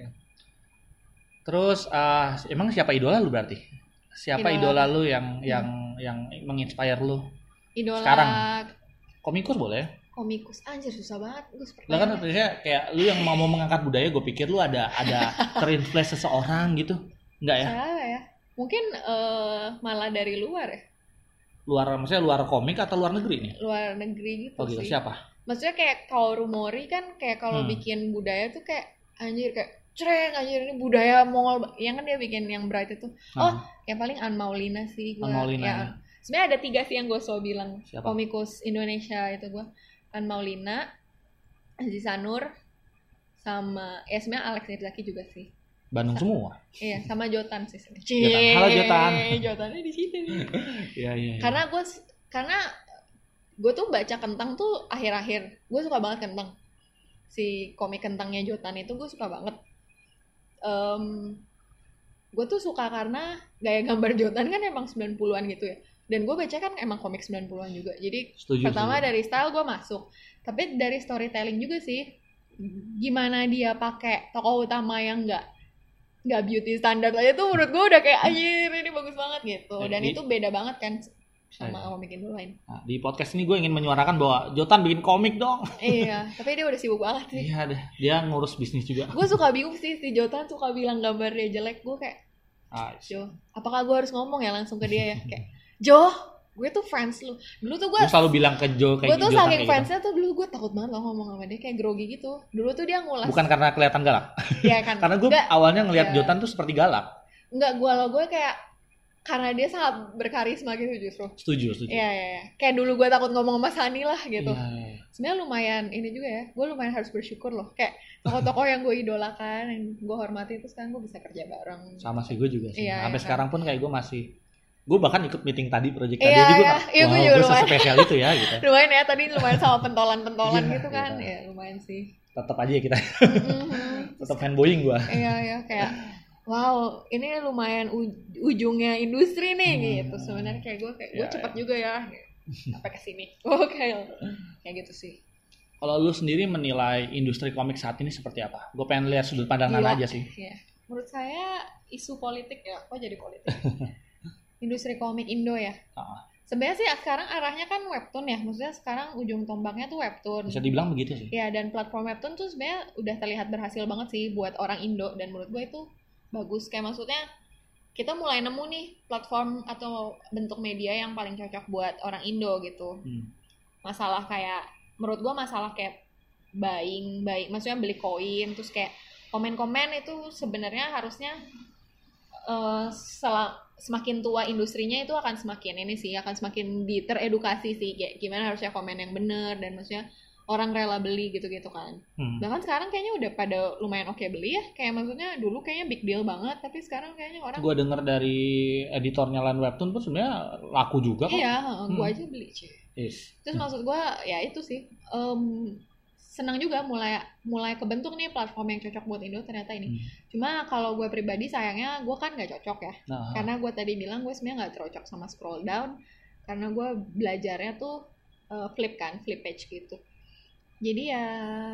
Terus uh, emang siapa idola lu berarti? Siapa idola, idola lu yang hmm. yang yang menginspire lu? Idola sekarang. Komikus boleh? Komikus anjir susah banget. Lah kan maksudnya kayak lu yang mau mengangkat budaya, gue pikir lu ada ada terinfluence seseorang gitu. Enggak ya? Salah ya. Mungkin uh, malah dari luar ya. Luar maksudnya luar komik atau luar negeri nih? Luar negeri gitu, oh, gitu. sih. Siapa? Maksudnya kayak kalau Rumori kan kayak kalau hmm. bikin budaya tuh kayak anjir kayak cereng anjir ini budaya Mongol, yang kan dia bikin yang Bright itu. Hmm. Oh, yang paling An Maulina sih gue. An Maulina. Ya. Sebenarnya ada tiga sih yang gue selalu bilang. Siapa? Komikus Indonesia itu gue. An Maulina, Aziz Sanur, sama ya sebenarnya Alex Nirzaki juga sih. Bandung Sa- semua. Iya, sama Jotan sih. Jotan. Halo Jotan. Jotannya di sini. Iya, iya. Karena gue karena gue tuh baca Kentang tuh akhir-akhir. Gue suka banget Kentang. Si komik Kentangnya Jotan itu gue suka banget. Um, gue tuh suka karena gaya gambar Jotan kan emang sembilan puluhan gitu ya, dan gue baca kan emang komik sembilan puluhan juga, jadi setuju, pertama setuju. Dari style gue masuk, tapi dari storytelling juga sih, gimana dia pakai tokoh utama yang nggak nggak beauty standar aja tuh menurut gue udah kayak anjir ini bagus banget gitu, dan eh, itu beda banget kan sama komik Indo lain. Nah, di podcast ini gue ingin menyuarakan bahwa Jotan bikin komik dong. Iya, tapi dia udah sibuk banget sih. Iya deh, dia ngurus bisnis juga. Gue suka bingung sih, si Jotan suka bilang gambar dia jelek, gue kayak, ah, Jo, apakah gue harus ngomong ya langsung ke dia ya? Kayak, Jo, gue tuh fans lu. Dulu tuh gue, gue selalu bilang ke Jo kayak gitu. Gue tuh saking fansnya gitu. Tuh dulu gue takut banget loh ngomong sama dia, kayak grogi gitu. Dulu tuh dia ngulas. Bukan karena kelihatan galak. Iya kan. Karena gue awalnya ngelihat ya. Jotan tuh seperti galak. Enggak, gue lo gue kayak karena dia sangat berkarisma gitu justru. Setuju, setuju. Iya, iya, iya. Kayak dulu gue takut ngomong sama Sani lah gitu. Iya. Sebenarnya lumayan ini juga ya. Gue lumayan harus bersyukur loh. Kayak tokoh-tokoh yang gue idolakan, yang gue hormati itu sekarang gue bisa kerja bareng. Sama sih gue juga sih. Iya, sampai iya, sekarang pun kayak gue masih, gue bahkan ikut meeting tadi project iya, tadi iya. juga. Iya, wow, gue juga gue lumayan. sespesial itu ya gitu. Lumayan ya, tadi lumayan sama pentolan-pentolan iya, gitu kan. Iya. Ya lumayan sih. Tetap aja ya kita. Mm-hmm. Tetap fanboying gue. Iya, iya kayak wow, ini lumayan u- ujungnya industri nih hmm. gitu. Sebenarnya kayak gue kayak gue ya, cepet ya. juga ya sampai ke sini. Oke. Kayak gitu sih. Kalau lu sendiri menilai industri komik saat ini seperti apa? Gue pengen lihat sudut pandangan Gila. aja sih. Ya. Menurut saya isu politik ya, kok jadi politik? Industri komik Indo ya. Uh. Sebenarnya sih sekarang arahnya kan webtoon ya. Maksudnya sekarang ujung tombaknya tuh webtoon. Bisa dibilang begitu sih. Ya, dan platform webtoon tuh sebenarnya udah terlihat berhasil banget sih buat orang Indo, dan menurut gue itu bagus. Kayak maksudnya kita mulai nemu nih platform atau bentuk media yang paling cocok buat orang Indo gitu. Hmm. Masalah kayak menurut gua masalah kayak buying, buying maksudnya beli koin, terus kayak komen-komen itu sebenarnya harusnya uh, sel- semakin tua industrinya itu akan semakin ini sih, akan semakin diteredukasi sih kayak gimana harusnya komen yang benar, dan maksudnya orang rela beli gitu-gitu kan. Hmm. Bahkan sekarang kayaknya udah pada lumayan oke beli ya. Kayak maksudnya dulu kayaknya big deal banget, tapi sekarang kayaknya orang. Gue denger dari editornya Line Webtoon pun sebenarnya laku juga kok. Iya, hmm. gue aja beli cuy. Yes. Terus hmm. maksud gue ya itu sih. Um, senang juga mulai mulai kebentuk nih platform yang cocok buat Indo ternyata ini. Hmm. Cuma kalau gue pribadi sayangnya gue kan nggak cocok ya, nah. karena gue tadi bilang gue sebenarnya nggak cocok sama scroll down karena gue belajarnya tuh uh, flip kan, flip page gitu. Jadi ya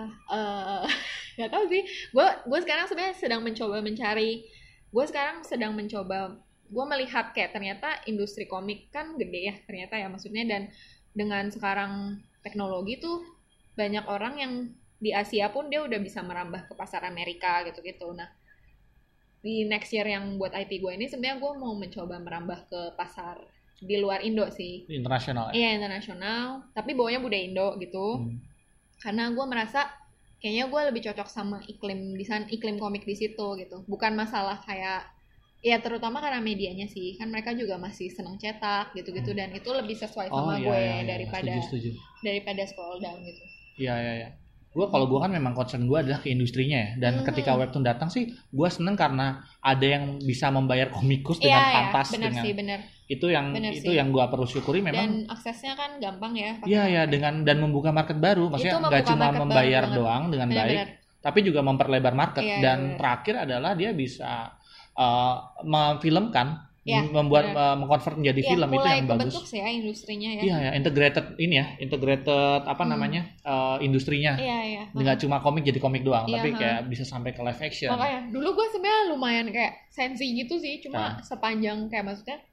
nggak uh, tahu sih. Gue gue sekarang sebenarnya sedang mencoba mencari. Gue sekarang sedang mencoba. Gue melihat kayak ternyata industri komik kan gede ya ternyata ya maksudnya, dan dengan sekarang teknologi tuh banyak orang yang di Asia pun dia udah bisa merambah ke pasar Amerika gitu-gitu. Nah, di next year yang buat I P gue ini sebenarnya gue mau mencoba merambah ke pasar di luar Indo sih. Internasional ya? Iya, internasional. Tapi bawanya budaya Indo gitu. Hmm. Karena gue merasa kayaknya gue lebih cocok sama iklim desain, iklim komik di situ gitu. Bukan masalah kayak, ya terutama karena medianya sih. Kan mereka juga masih senang cetak gitu-gitu. Hmm. Dan itu lebih sesuai sama oh, iya, gue iya, iya. daripada setuju, setuju. daripada scroll down gitu. Iya, iya, iya. Gue kalau gue kan memang concern gue adalah ke industrinya ya. Dan mm-hmm. ketika webtoon datang sih, gue seneng karena ada yang bisa membayar komikus dengan yeah, pantas. Iya, benar dengan, sih, benar. Itu yang bener itu sih. Yang gue perlu syukuri memang. Dan aksesnya kan gampang ya. Iya, iya, dengan dan membuka market baru. Maksudnya nggak cuma membayar baru, doang dengan bener, baik, bener. Tapi juga memperlebar market. Yeah, dan yeah. terakhir adalah dia bisa uh, memfilmkan. Ya, membuat uh, mengkonvert menjadi ya, film itu yang bagus. Mulai kebentuk sih ya industrinya ya. Iya ya, integrated ini ya, integrated apa hmm. namanya uh, industrinya. Iya iya. Nggak cuma komik jadi komik doang, ya, tapi ha. kayak bisa sampai ke live action. Makanya dulu gue sebenarnya lumayan kayak sensi gitu sih, cuma nah. sepanjang kayak maksudnya,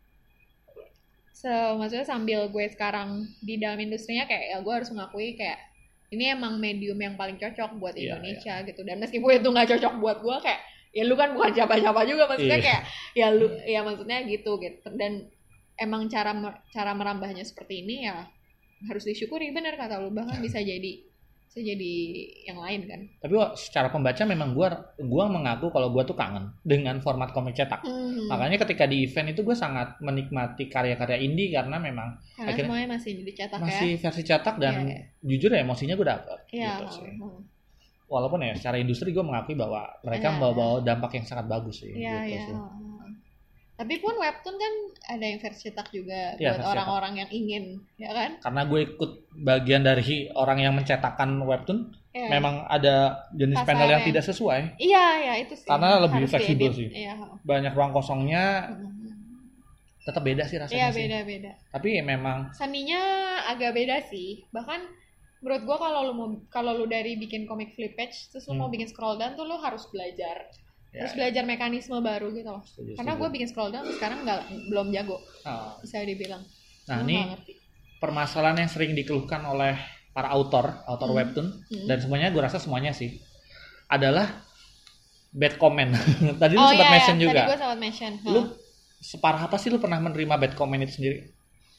se maksudnya sambil gue sekarang di dalam industrinya kayak ya gue harus mengakui kayak ini emang medium yang paling cocok buat ya, Indonesia ya. gitu. Dan meskipun itu nggak cocok buat gue kayak ya lu kan bukan siapa-siapa juga maksudnya yeah. kayak ya lu ya maksudnya gitu gitu dan emang cara cara merambahnya seperti ini ya harus disyukuri, benar kata lu, bahkan bisa jadi bisa jadi yang lain kan. Tapi secara pembaca memang gua gua mengaku kalau gua tuh kangen dengan format komik cetak. Mm-hmm. Makanya ketika di event itu gua sangat menikmati karya-karya indie karena memang karena akhirnya semuanya masih dicetak masih ya. versi cetak dan yeah, yeah. jujur ya emosinya gua dapet yeah, gitu sih. Oh, oh. Walaupun ya secara industri gue mengakui bahwa mereka yeah, membawa yeah. dampak yang sangat bagus sih. Iya, gitu iya. sih. Tapi pun webtoon kan ada yang versi cetak juga yeah, buat orang-orang yang ingin, ya kan? Karena gue ikut bagian dari orang yang mencetakkan webtoon, yeah. memang ada jenis Pasarnya. panel yang tidak sesuai. Iya, iya itu sih. Karena lebih fleksibel sih. Iya. Banyak ruang kosongnya. Tetap beda sih rasanya. Iya, beda-beda. Tapi memang seninya agak beda sih. Bahkan menurut gue kalau lu mau kalau lu dari bikin komik flip page terus lu hmm. mau bikin scroll down tuh lu harus belajar ya, harus ya. belajar mekanisme baru gitu loh. Setuju, karena gue bikin scroll down sekarang nggak belum jago oh. bisa dibilang. Nah ini permasalahan yang sering dikeluhkan oleh para autor autor hmm. webtoon hmm. dan semuanya gue rasa semuanya sih adalah bad comment. Tadi oh, lu sempat iya, mention iya. juga. Tadi gue sempat mention. Lu separah apa sih lu pernah menerima bad comment itu sendiri?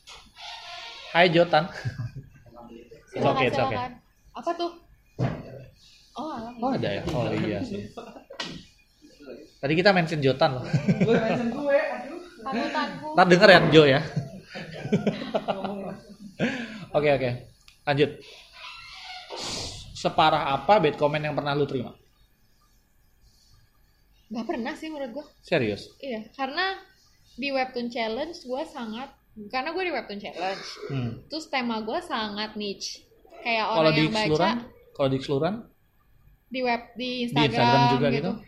Hai Jotan. Silakan, okay, silakan. Okay. Apa tuh? Oh, alah, oh ada ya? Oh iya sih. Tadi kita mention Jotan loh. Gue mention gue, aduh. Takutanku. Ntar denger ya Jo ya. Oke oke. Lanjut. Separah apa bad comment yang pernah lu terima? Gak pernah sih menurut gue. Serius? Iya, karena di Webtoon Challenge gue sangat karena gue di Webtoon Challenge, hmm. terus tema gue sangat niche, kayak orang kalo yang baca. Kalau di keseluruhan? Di web, di Instagram, di Instagram juga gitu. gitu.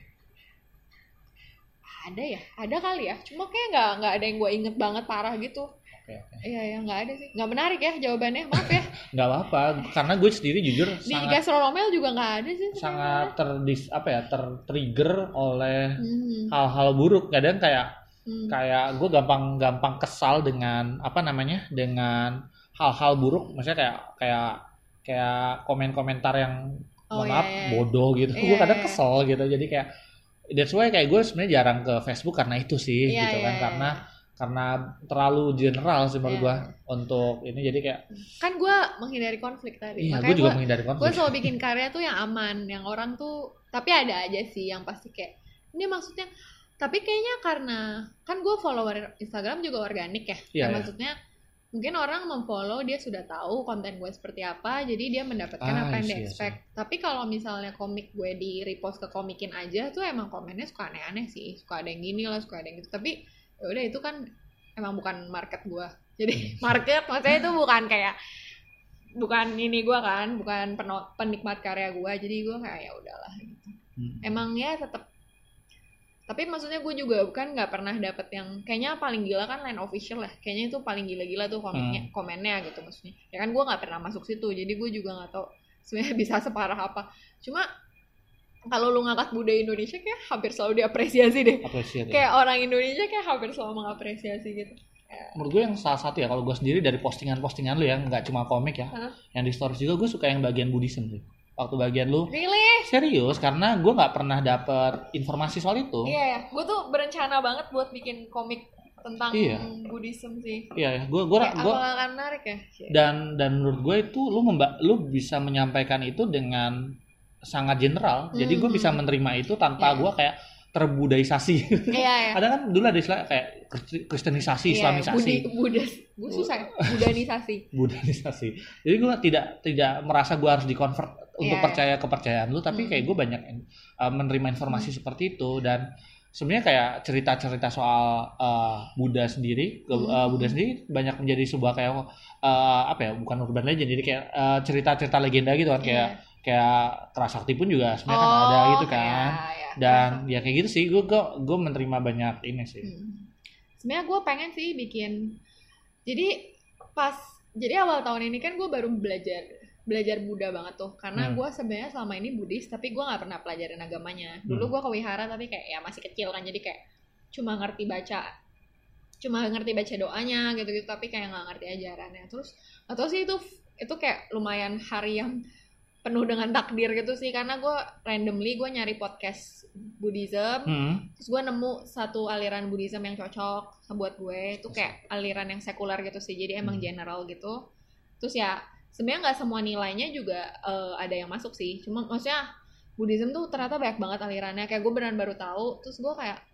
Ada ya, ada kali ya. Cuma kayak nggak nggak ada yang gue inget banget parah gitu. Okay, okay. Iya ya nggak ada sih, nggak menarik ya jawabannya, maaf ya. Nggak apa-apa, karena gue sendiri jujur di sangat. Di Gastrolomel juga nggak ada sih. Sangat terdis apa ya, tertrigger oleh hmm. hal-hal buruk. Kadang kayak Hmm. kayak gue gampang-gampang kesal dengan apa namanya dengan hal-hal buruk, maksudnya kayak kayak kayak komen-komentar yang oh, mohon maaf yeah, yeah. bodoh gitu, yeah, gue kadang yeah. kesel gitu, jadi kayak that's why kayak gue sebenarnya jarang ke Facebook karena itu sih yeah, gitu kan yeah, karena yeah. karena terlalu general sih menurut yeah. gue untuk ini, jadi kayak kan gue menghindari konflik tadi, iya, gue juga gua, menghindari konflik. Gue selalu bikin karya tuh yang aman, yang orang tuh, tapi ada aja sih yang pasti kayak ini maksudnya. Tapi kayaknya karena kan gue follower Instagram juga organik ya, yeah, nah, maksudnya mungkin orang memfollow dia sudah tahu konten gue seperti apa, jadi dia mendapatkan ah, apa yang dia expect. Iya. Tapi kalau misalnya komik gue di repost ke komikin aja tuh emang komennya suka aneh-aneh sih, suka ada yang gini lah, suka ada yang gitu. Tapi ya udah itu kan emang bukan market gue, jadi market maksudnya itu bukan kayak bukan ini gue kan, bukan peno- penikmat karya gue, jadi gue kayak ya udahlah gitu. Hmm. Emang ya tetap, tapi maksudnya gue juga kan nggak pernah dapet yang kayaknya paling gila kan Line Official lah, kayaknya itu paling gila-gila tuh komiknya, hmm. komennya gitu maksudnya. Ya kan gue nggak pernah masuk situ, jadi gue juga nggak tahu sebenarnya bisa separah apa. Cuma kalau lu ngangkat budaya Indonesia kayak hampir selalu diapresiasi deh. Apresiasi. Kayak orang Indonesia kayak hampir selalu mengapresiasi gitu. Menurut gue yang salah satu ya, kalau gue sendiri dari postingan-postingan lu ya, nggak cuma komik ya, huh? yang di stories juga gue suka yang bagian Buddhism sih. Waktu bagian lu, really? Serius, karena gue nggak pernah dapet informasi soal itu. Iya ya, gue tuh berencana banget buat bikin komik tentang iya. Buddhism sih. Iya ya, gue gue gue akan menarik ya. Dan dan menurut gue itu lu memba, lu bisa menyampaikan itu dengan sangat general, hmm. jadi gue bisa menerima itu tanpa yeah. gue kayak terbudaisasi. Iya, iya. Ada kan dulu ada istilah kayak kristenisasi, iya, islamisasi. Budi, Buddha, gue susah ya. Budanisasi. Budanisasi. Jadi gue tidak tidak merasa gue harus dikonvert untuk yeah, percaya kepercayaan lu, tapi hmm. kayak gue banyak uh, menerima informasi hmm. seperti itu. Dan sebenarnya kayak cerita-cerita soal uh, Buddha sendiri, hmm. uh, Buddha sendiri banyak menjadi sebuah kayak uh, apa ya, bukan urban legend, jadi kayak uh, cerita-cerita legenda gitu kan, kayak yeah. kayak Kerasakti pun juga sebenarnya oh, kan ada gitu kan. Yeah, yeah. Dan ya kayak gitu sih, gue gue gue menerima banyak ini sih. Hmm. Sebenarnya gue pengen sih bikin, jadi pas jadi awal tahun ini kan gue baru belajar belajar Buddha banget tuh, karena hmm. gue sebenarnya selama ini Buddhis tapi gue nggak pernah pelajarin agamanya. Dulu hmm. gue ke wihara tapi kayak ya masih kecil kan, jadi kayak cuma ngerti baca cuma ngerti baca doanya gitu-gitu, tapi kayak nggak ngerti ajarannya. Terus atau sih itu itu kayak lumayan hari yang penuh dengan takdir gitu sih, karena gue randomly gue nyari podcast Buddhism, hmm. terus gue nemu satu aliran Buddhism yang cocok buat gue, itu kayak aliran yang sekuler gitu sih, jadi emang hmm. general gitu. Terus ya sebenarnya nggak semua nilainya juga uh, ada yang masuk sih, cuma maksudnya Buddhism tuh ternyata banyak banget alirannya, kayak gue beneran baru tahu, terus gue kayak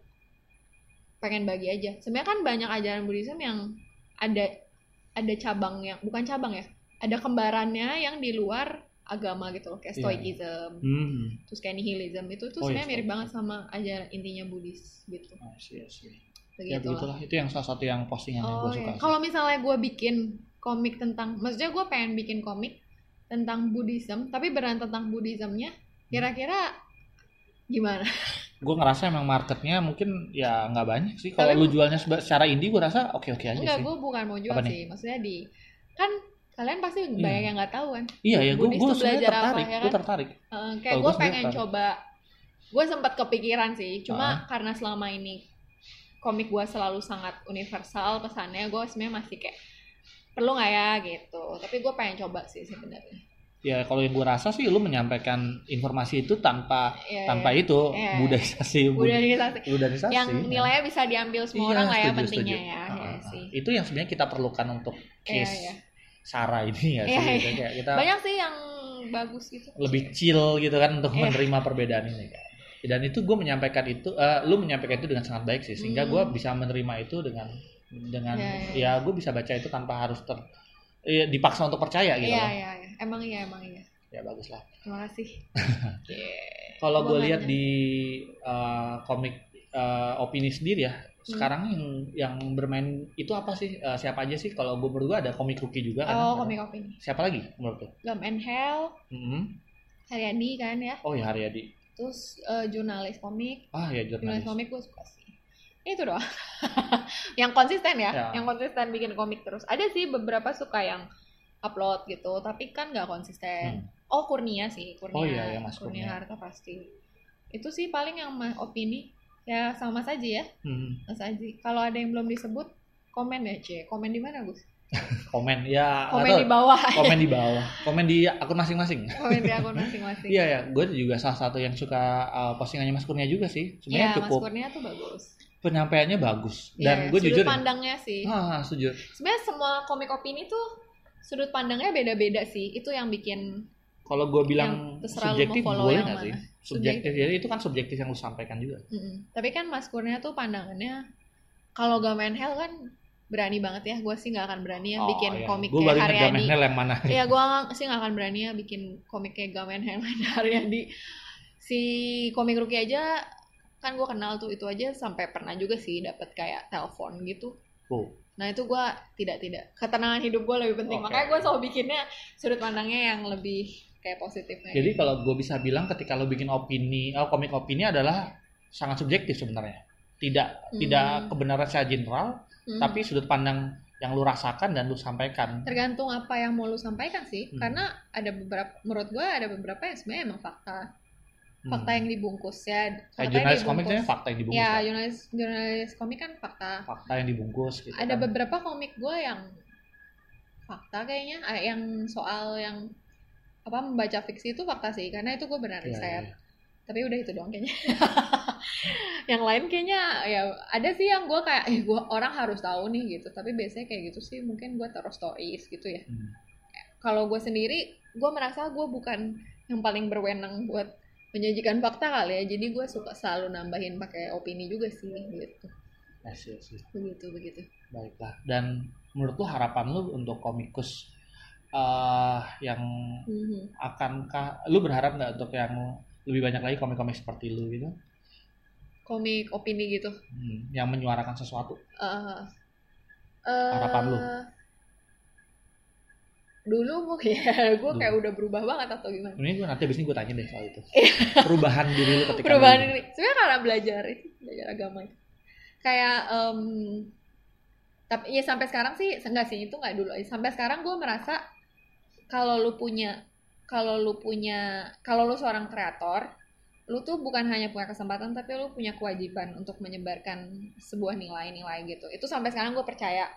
pengen bagi aja. Sebenarnya kan banyak ajaran Buddhism yang ada ada cabang yang bukan cabang ya, ada kembarannya yang di luar agama gitu loh, kayak stoicism, yeah. hmm. terus kayak nihilism, itu tuh oh, sebenarnya iya, mirip banget sama ajaran intinya Buddhis gitu. Oh, iya, iya. Ya begitulah, itu yang salah satu yang postingan oh, yang gue suka. Iya. Kalau misalnya gue bikin komik tentang, maksudnya gue pengen bikin komik tentang Buddhism, tapi beneran tentang Buddhismnya, kira-kira gimana? Gue ngerasa emang marketnya mungkin ya nggak banyak sih. Kalau lu jualnya secara indie, gue rasa oke-oke aja enggak, sih. Enggak, gue bukan mau jual Apa sih, nih? Maksudnya di kan kalian pasti banyak yeah. yang nggak tahu kan. Iya ya, gue gue sebenarnya tertarik, ya kan? gue tertarik. Uh, kayak gue pengen tertarik. coba, gue sempat kepikiran sih, cuma uh-huh. karena selama ini komik gue selalu sangat universal pesannya, gue sebenarnya masih kayak perlu nggak ya gitu. Tapi gue pengen coba sih sebenarnya. Ya kalau yang gue rasa sih, lu menyampaikan informasi itu tanpa yeah, tanpa yeah. itu yeah. budaisasi, budaisasi, budaisasi, yang nilainya bisa diambil semua yeah, orang lah ya pentingnya setuju. ya. Uh, ya sih. Itu yang sebenarnya kita perlukan untuk case. Yeah, yeah. Sarah ini ya sih, yeah, gitu. Kayak kita banyak sih yang bagus gitu, lebih chill gitu kan untuk yeah. menerima perbedaan ini kan. Dan itu gue menyampaikan itu, uh, lu menyampaikan itu dengan sangat baik sih, sehingga hmm. gue bisa menerima itu dengan dengan yeah, yeah. ya gue bisa baca itu tanpa harus ter ya, dipaksa untuk percaya gitu. Iya iya iya, emang iya emang iya. Ya bagus lah. Terima kasih. yeah. Kalau gue lihat di uh, komik uh, opini sendiri ya. Sekarang yang yang bermain itu apa sih? Uh, siapa aja sih? Kalau gue berdua ada komik rookie juga kan. Oh, komik opini. Siapa lagi menurut lo? Gam and Hell. Mm-hmm. Haryadi kan ya. Oh ya Haryadi. Terus uh, jurnalis komik. Ah ya jurnalis. Jurnalis komik gue suka sih. Itu doang. Yang konsisten ya, ya, yang konsisten bikin komik terus. Ada sih beberapa suka yang upload gitu, tapi kan nggak konsisten. Hmm. Oh Kurnia sih, Kurnia. Oh iya ya Mas Kurnia Harta pasti. Itu sih paling yang opini. Ya sama saja ya, hmm. Mas Aji. Kalau ada yang belum disebut, komen ya, C. Komen di mana, Gus? Komen ya. Komen di bawah. Komen di bawah. Komen di akun masing-masing. Komen di akun masing-masing. Iya ya, gue juga salah satu yang suka uh, postingannya Mas Kurnia juga sih. Sebenarnya ya, cukup. Mas Kurnia tuh bagus. Penyampaiannya bagus. Dan ya, gue jujur. Sudut pandangnya ya, sih. Ah, jujur. Sebenarnya semua komik opini tuh sudut pandangnya beda-beda sih. Itu yang bikin. Kalau gue bilang subjektif boleh nggak sih? Subjektif, jadi itu kan subjektif yang lu sampaikan juga. Mm-mm. Tapi kan Mas Kurnia tuh pandangannya, kalau Gam and Hell kan berani banget ya. Gue sih nggak akan berani ya oh, bikin iya. komik gua kayak Haryadi. Gam and Hell yang mana? Iya, gue sih nggak akan berani ya bikin komik kayak Gam and Hell dan Haryadi. Si komik rookie aja kan gue kenal tuh, itu aja sampai pernah juga sih dapat kayak telepon gitu. Oh. Nah itu gue tidak tidak ketenangan hidup gue lebih penting. Okay. Makanya gue selalu bikinnya sudut pandangnya yang lebih kayak positifnya. Jadi gitu. Kalau gue bisa bilang ketika lo bikin opini, oh, komik opini adalah sangat subjektif sebenarnya. Tidak hmm. tidak kebenaran secara general, hmm. tapi sudut pandang yang lu rasakan dan lu sampaikan. Tergantung apa yang mau lu sampaikan sih. Hmm. Karena ada beberapa, menurut gue ada beberapa yang sebenarnya emang fakta. Fakta hmm. yang dibungkus ya. Kayak jurnalis komik kan fakta yang dibungkus. Ya, jurnalis jurnalis komik kan fakta. Fakta yang dibungkus gitu. Ada kan. beberapa komik gue yang fakta kayaknya, yang soal yang apa membaca fiksi itu fakta sih, karena itu gue benar riset. Ya, ya. Tapi udah itu doang kayaknya. Yang lain kayaknya ya ada sih yang gue kayak eh gue orang harus tahu nih gitu, tapi biasanya kayak gitu sih mungkin gue taruh stories gitu ya. Hmm. Kalau gue sendiri gue merasa gue bukan yang paling berwenang buat menyajikan fakta kali ya, jadi gue suka selalu nambahin pakai opini juga sih gitu. Asyik, asyik. Begitu begitu. Baiklah. Dan menurut lu harapan lu untuk komikus uh, yang mm-hmm. akankah lu berharap nggak untuk yang lebih banyak lagi komik-komik seperti lu gitu? Komik opini gitu. Hmm, yang menyuarakan sesuatu. Uh, uh, Harapan lu? Dulu mungkin ya, gue kayak udah berubah banget atau gimana? Ini gue nanti abis ini gue tanya deh soal itu. Perubahan diri lu ketika Perubahan diri. Sebenarnya karena belajar itu, belajar agama itu. Kayak, um, tapi ya sampai sekarang sih, enggak sih itu nggak dulu. Sampai sekarang gue merasa kalau lu punya, kalau lu punya, kalau lu seorang kreator, lu tuh bukan hanya punya kesempatan tapi lu punya kewajiban untuk menyebarkan sebuah nilai-nilai gitu. Itu sampai sekarang gue percaya.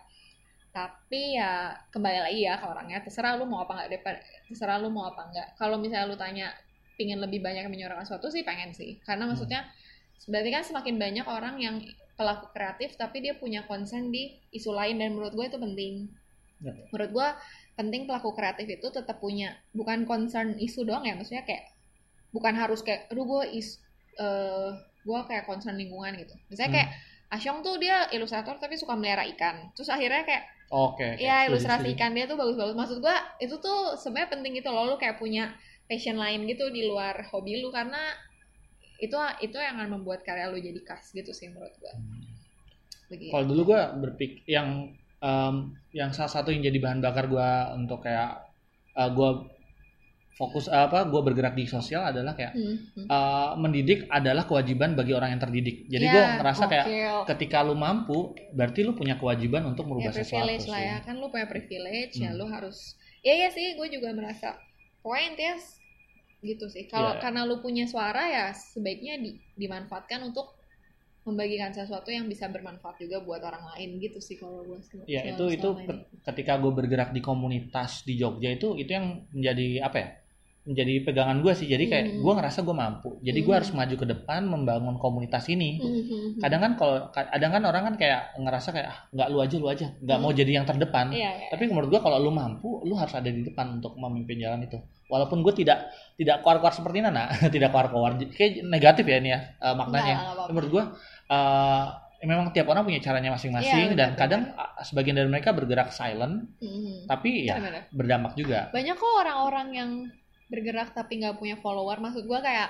Tapi ya kembali lagi ya ke orangnya, terserah lu mau apa enggak, terserah lu mau apa enggak. Kalau misalnya lu tanya pingin lebih banyak menyuarakan sesuatu sih pengen sih. Karena maksudnya berarti kan semakin banyak orang yang pelaku kreatif tapi dia punya konsen di isu lain, dan menurut gue itu penting. Ya. Menurut gue penting pelaku kreatif itu tetap punya bukan concern isu doang ya, maksudnya kayak bukan harus kayak aduh gue is uh, gue kayak concern lingkungan gitu. Misalnya hmm. kayak Asyong tuh dia ilustrator tapi suka melihara ikan. Terus akhirnya kayak oke. Okay, ya ilustrasi ikan dia tuh bagus-bagus. Maksud gue itu tuh sebenarnya penting gitu loh, lu kayak punya passion lain gitu di luar hobi lu, karena itu itu yang akan membuat karya lu jadi khas gitu sih menurut gue. Hmm. Kalau dulu gue berpikir yang um, yang salah satu yang jadi bahan bakar gue untuk kayak uh, gue fokus apa gue bergerak di sosial adalah kayak hmm. uh, mendidik adalah kewajiban bagi orang yang terdidik. Jadi yeah, gue ngerasa kayak okay. ketika lu mampu berarti lu punya kewajiban untuk merubah ya, sesuatu. Privilege lah ya, kan lu punya privilege hmm. ya lu harus. Ya ya sih gue juga merasa point ya gitu sih. Kalau yeah. karena lu punya suara ya sebaiknya di, dimanfaatkan untuk membagikan sesuatu yang bisa bermanfaat juga buat orang lain gitu sih kalau gue. Ya itu itu ketika gue bergerak di komunitas di Jogja itu itu yang menjadi apa ya? Menjadi pegangan gue sih. Jadi kayak mm-hmm. gue ngerasa gue mampu. Jadi mm-hmm. gue harus maju ke depan membangun komunitas ini. Mm-hmm. Kadang kan kalau kadang kan orang kan kayak ngerasa kayak ah nggak lu aja lu aja nggak mm-hmm. mau jadi yang terdepan. Yeah, yeah. Tapi menurut gue kalau lu mampu, lu harus ada di depan untuk memimpin jalan itu. Walaupun gue tidak tidak keluar-keluar seperti Nana, tidak keluar-keluar. Kayak negatif ya ini ya uh, maknanya. Nah, menurut gue uh, memang tiap orang punya caranya masing-masing yeah, dan betul, kadang betul. Sebagian dari mereka bergerak silent, mm-hmm. tapi ya betul, berdampak juga. Banyak kok orang-orang yang bergerak tapi nggak punya follower, maksud gue kayak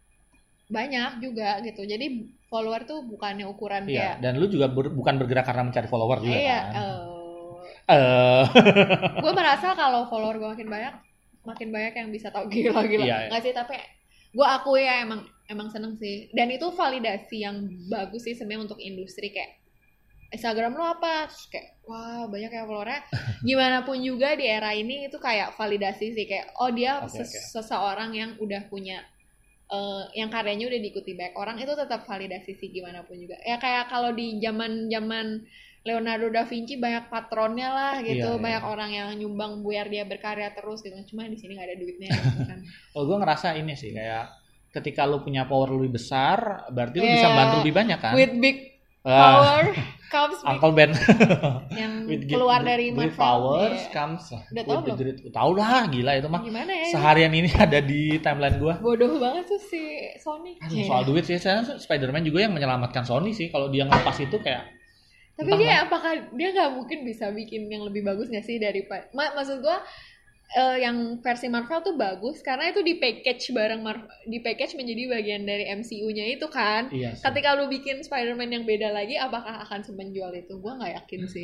banyak juga gitu. Jadi follower tuh bukannya ukuran iya, kayak. Dan lu juga ber, bukan bergerak karena mencari follower juga iya, kan. Uh, uh. Gue merasa kalau follower gue makin banyak, makin banyak yang bisa tahu gila-gila. Iya, nggak iya. sih, tapi gue akui ya emang emang seneng sih. Dan itu validasi yang bagus sih sebenarnya untuk industri kayak. Instagram lo apa? Terus kayak wah banyak ya followernya. Gimana pun juga di era ini itu kayak validasi sih kayak oh dia okay, ses- okay. seseorang yang udah punya uh, yang karyanya udah diikuti banyak orang, itu tetap validasi sih gimana pun juga. Ya kayak kalau di zaman-zaman Leonardo da Vinci banyak patronnya lah gitu, iya, banyak iya. orang yang nyumbang biar dia berkarya terus gitu. Cuma di sini nggak ada duitnya. Gitu kan. Oh gue ngerasa ini sih kayak ketika lo punya power lebih besar, berarti lo yeah, bisa bantu lebih banyak kan? With big power comes Uncle Ben yang keluar dari Marvel. Power yeah. comes. Udah tahu belum? Tahu lah, gila itu mah. Gimana ya? Seharian ini ada di timeline gua. Bodoh banget tuh si Sony. Aduh, soal duit sih, saya Spider-Man juga yang menyelamatkan Sony sih. Kalau dia ngelepas itu kayak. Tapi dia lah. Apakah dia nggak mungkin bisa bikin yang lebih bagus nggak sih daripada? Ma- maksud gua uh, yang versi Marvel tuh bagus karena itu di package bareng Marvel, di package menjadi bagian dari M C U-nya itu kan. Iya, ketika lu bikin Spider-Man yang beda lagi, apakah akan semenjual itu? Gua nggak yakin sih.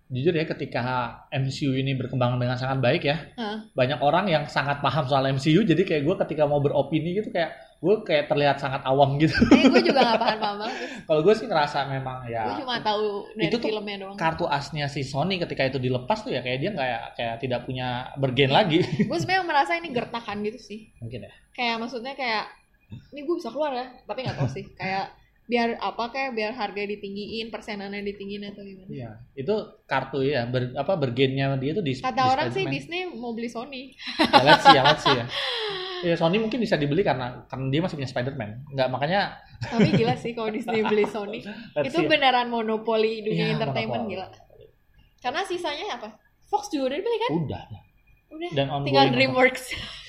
jujur ya ketika M C U ini berkembang dengan sangat baik ya, huh? banyak orang yang sangat paham soal M C U, jadi kayak gue ketika mau beropini gitu kayak gue kayak terlihat sangat awam gitu. Eh gue juga nggak paham-paham banget. Kalau gue sih ngerasa memang ya. Gue cuma tahu dari itu tuh filmnya doang. Kartu asnya si Sony ketika itu dilepas tuh ya kayak dia nggak kayak tidak punya bergen lagi. Gue sebenarnya merasa ini gertakan gitu sih. Mungkin ya. Kayak maksudnya kayak ini gue bisa keluar ya, tapi nggak tahu sih. Kayak biar apa kayak biar harga ditinggiin, persenannya ditinggiin atau gimana. Iya, itu kartu ya, ber, apa bergennya dia tuh di kata di orang sih Spider-Man. Disney mau beli Sony. Ya, let's see ya, let's see ya. Ya Sony mungkin bisa dibeli karena karena dia masih punya Spider-Man. Enggak, makanya tapi gila sih kalau Disney beli Sony. let's Itu see ya. beneran monopoli dunia Iya, entertainment monopoli. gila. Karena sisanya apa? Fox juga udah dibeli kan? Udah. Udah. Dan Tinggal ongoing. DreamWorks.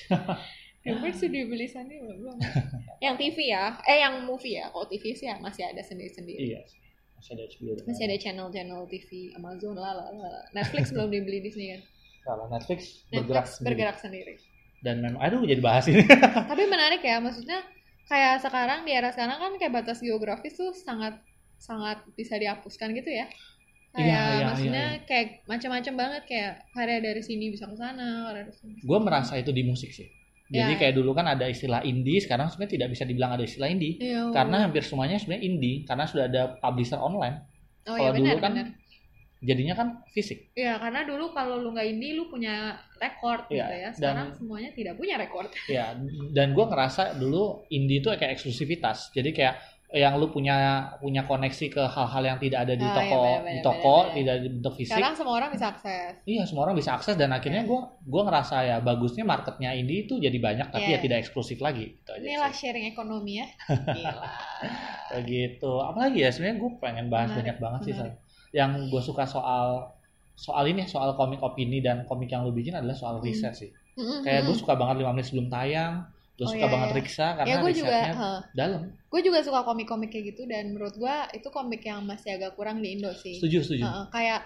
DreamWorks sudah dibeli Sony belum? Yang T V ya, eh yang movie ya. Kalau T V sih ya masih ada sendiri-sendiri. Iya. Masih ada H B O. Masih ada channel-channel T V, Amazon lah lah lah. Netflix belum dibeli Disney kan? Kalau Netflix, Netflix bergerak sendiri. bergerak sendiri. Dan memang aduh jadi bahas ini. Tapi menarik ya, maksudnya kayak sekarang di era sekarang kan kayak batas geografis tuh sangat sangat bisa dihapuskan gitu ya. Kayak Iya, iya, maksudnya iya, iya. kayak macam-macam banget kayak karya dari sini bisa ke sana, karya dari sini. Gue merasa itu di musik sih. Jadi Ya. kayak dulu kan ada istilah indie, sekarang sebenarnya tidak bisa dibilang ada istilah indie. Iya. Karena hampir semuanya sebenarnya indie karena sudah ada publisher online. Oh Kalau iya dulu benar kan benar. jadinya kan fisik. Iya, karena dulu kalau lu nggak indie lu punya record Iya, gitu ya. dan- Sekarang semuanya tidak punya record. Ya, dan gue ngerasa dulu indie itu kayak eksklusivitas. Jadi kayak yang lu punya punya koneksi ke hal-hal yang tidak ada di Ah, iya, toko benar, di benar, toko, benar, benar. tidak di bentuk fisik. Sekarang semua orang bisa akses. Iya, semua orang bisa akses dan akhirnya gue gue ngerasa ya bagusnya marketnya indie itu jadi banyak tapi Iya. ya tidak eksklusif lagi. Gitu aja Inilah sih. sharing ekonomi ya. Gila. Kayak gitu. Apalagi ya sebenarnya gue pengen bahas Menarik, banyak banget sih. menarik. Sal. Yang gue suka soal soal ini soal komik opini dan komik yang lu bikin adalah soal Hmm. riset sih. Mm-mm, Kayak gue mm-mm. suka banget lima menit sebelum tayang. Gue Oh, suka iya, banget iya. Riksa Ya karena gue juga, risetnya huh. dalam. gue juga suka komik-komik kayak gitu dan menurut gue itu komik yang masih agak kurang di Indo sih. Setuju, setuju. Uh, kayak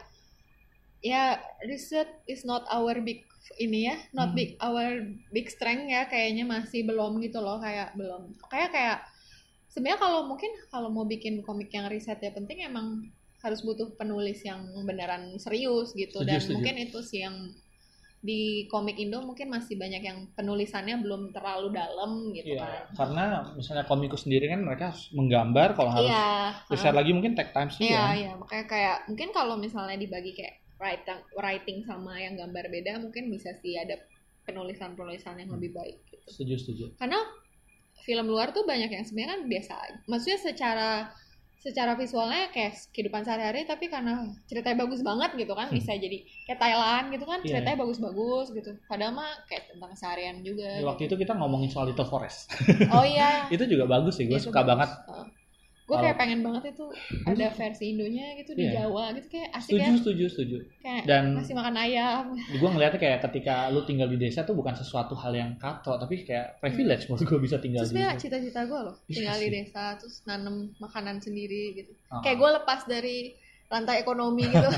ya riset is not our big ini ya, not Hmm. big our big strength ya, kayaknya masih belum gitu loh, kayak belum. Kayak kayak sebenarnya kalau mungkin kalau mau bikin komik yang riset ya penting emang harus butuh penulis yang beneran serius gitu. Setuju, Dan setuju. mungkin itu sih yang di komik Indo mungkin masih banyak yang penulisannya belum terlalu dalam gitu Iya, kan. karena misalnya komikus sendiri kan mereka harus menggambar kalau harus Iya, riset uh, lagi mungkin take time sih iya, ya. iya, makanya kayak mungkin kalau misalnya dibagi kayak writing, writing sama yang gambar beda mungkin bisa sih ada penulisan-penulisan yang lebih baik gitu. Setuju, setuju. Karena film luar tuh banyak yang sebenarnya kan biasa, maksudnya secara secara visualnya kayak kehidupan sehari-hari tapi karena ceritanya bagus banget gitu kan, Hmm. bisa jadi kayak Thailand gitu kan, Iya, ceritanya bagus-bagus gitu. Padahal mah kayak tentang seharian juga. Ya, waktu itu kita ngomongin soal Little Forest. Oh iya. Itu juga bagus sih, gue Itu suka bagus. banget. Uh, gue kayak pengen banget itu ada versi Indonya gitu di Iya. Jawa gitu, kayak asik Setuju, ya. setuju, setuju. Kayak Dan- masih makan ayam. Gue ngeliatnya kayak ketika lu tinggal di desa tuh bukan sesuatu hal yang kato, tapi kayak privilege menurut gue bisa tinggal Terus di sebenarnya desa. cita-cita gue loh Iya tinggal di sih. desa terus nanam makanan sendiri gitu. Ah, Kayak gue lepas dari rantai ekonomi gitu.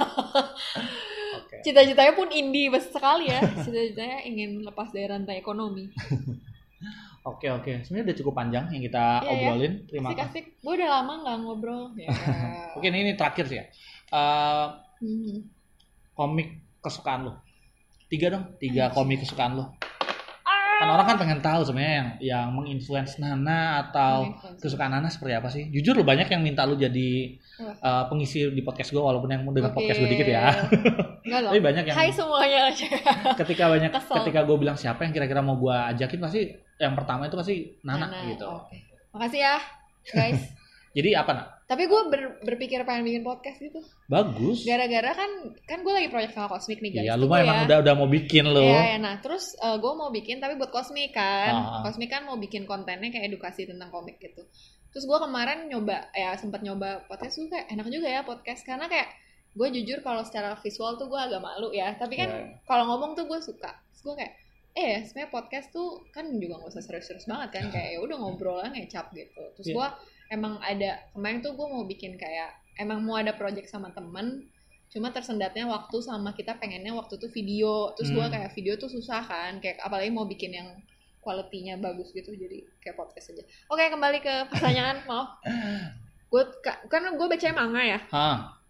Oke. Cita-citanya pun indie besar sekali ya. Cita-citanya ingin lepas dari rantai ekonomi. Oke, oke. Sebenarnya udah cukup panjang yang kita Iya, ya. obrolin. Terima kasih. Asik-asik. Gue udah lama nggak ngobrol. Ya. Oke, ini, ini terakhir sih ya. Eh, Hmm. komik kesukaan lu. Tiga dong, tiga Anjir. komik kesukaan lu. Kan orang kan pengen tahu sebenarnya yang yang menginfluence Nana atau Menginfluence. kesukaan Nana seperti apa sih? Jujur lu banyak yang minta lu jadi Wah. eh, pengisi di podcast gue walaupun yang mau dengar Oke. podcast gue dikit ya. Enggak loh. Tapi banyak yang Hai semuanya aja. ketika banyak Kesel. ketika gue bilang siapa yang kira-kira mau gue ajakin pasti yang pertama itu pasti Nana, Nana, gitu. oke. Makasih ya, guys. Jadi apa nak? Tapi gue ber- berpikir pengen bikin podcast gitu. Bagus. Gara-gara kan kan gue lagi proyek sama Cosmic nih guys. Iya, lu Tunggu mah emang ya. udah udah mau bikin lo. Iya, ya, nah terus gue mau bikin tapi buat Cosmic kan. Ah. Cosmic kan mau bikin kontennya kayak edukasi tentang komik gitu. Terus gue kemarin nyoba, ya sempat nyoba podcast tuh kayak enak juga ya podcast. Karena kayak gue jujur kalau secara visual tuh gue agak malu ya. Tapi kan Iya. kalau ngomong tuh gue suka. Terus gue kayak, eh sebenarnya podcast tuh kan juga gak usah serius-serius banget kan. Kayak ya udah ngobrol lah ngecap gitu. Terus Iya. gue emang ada, kemarin tuh gue mau bikin kayak, emang mau ada project sama temen. Cuma tersendatnya waktu sama kita pengennya waktu tuh video. Terus gue Hmm. kayak video tuh susah kan. Kayak apalagi mau bikin yang quality-nya bagus gitu. Jadi kayak podcast aja. Oke, kembali ke pertanyaan. Maaf. Gue kan gue baca manga ya. Hah.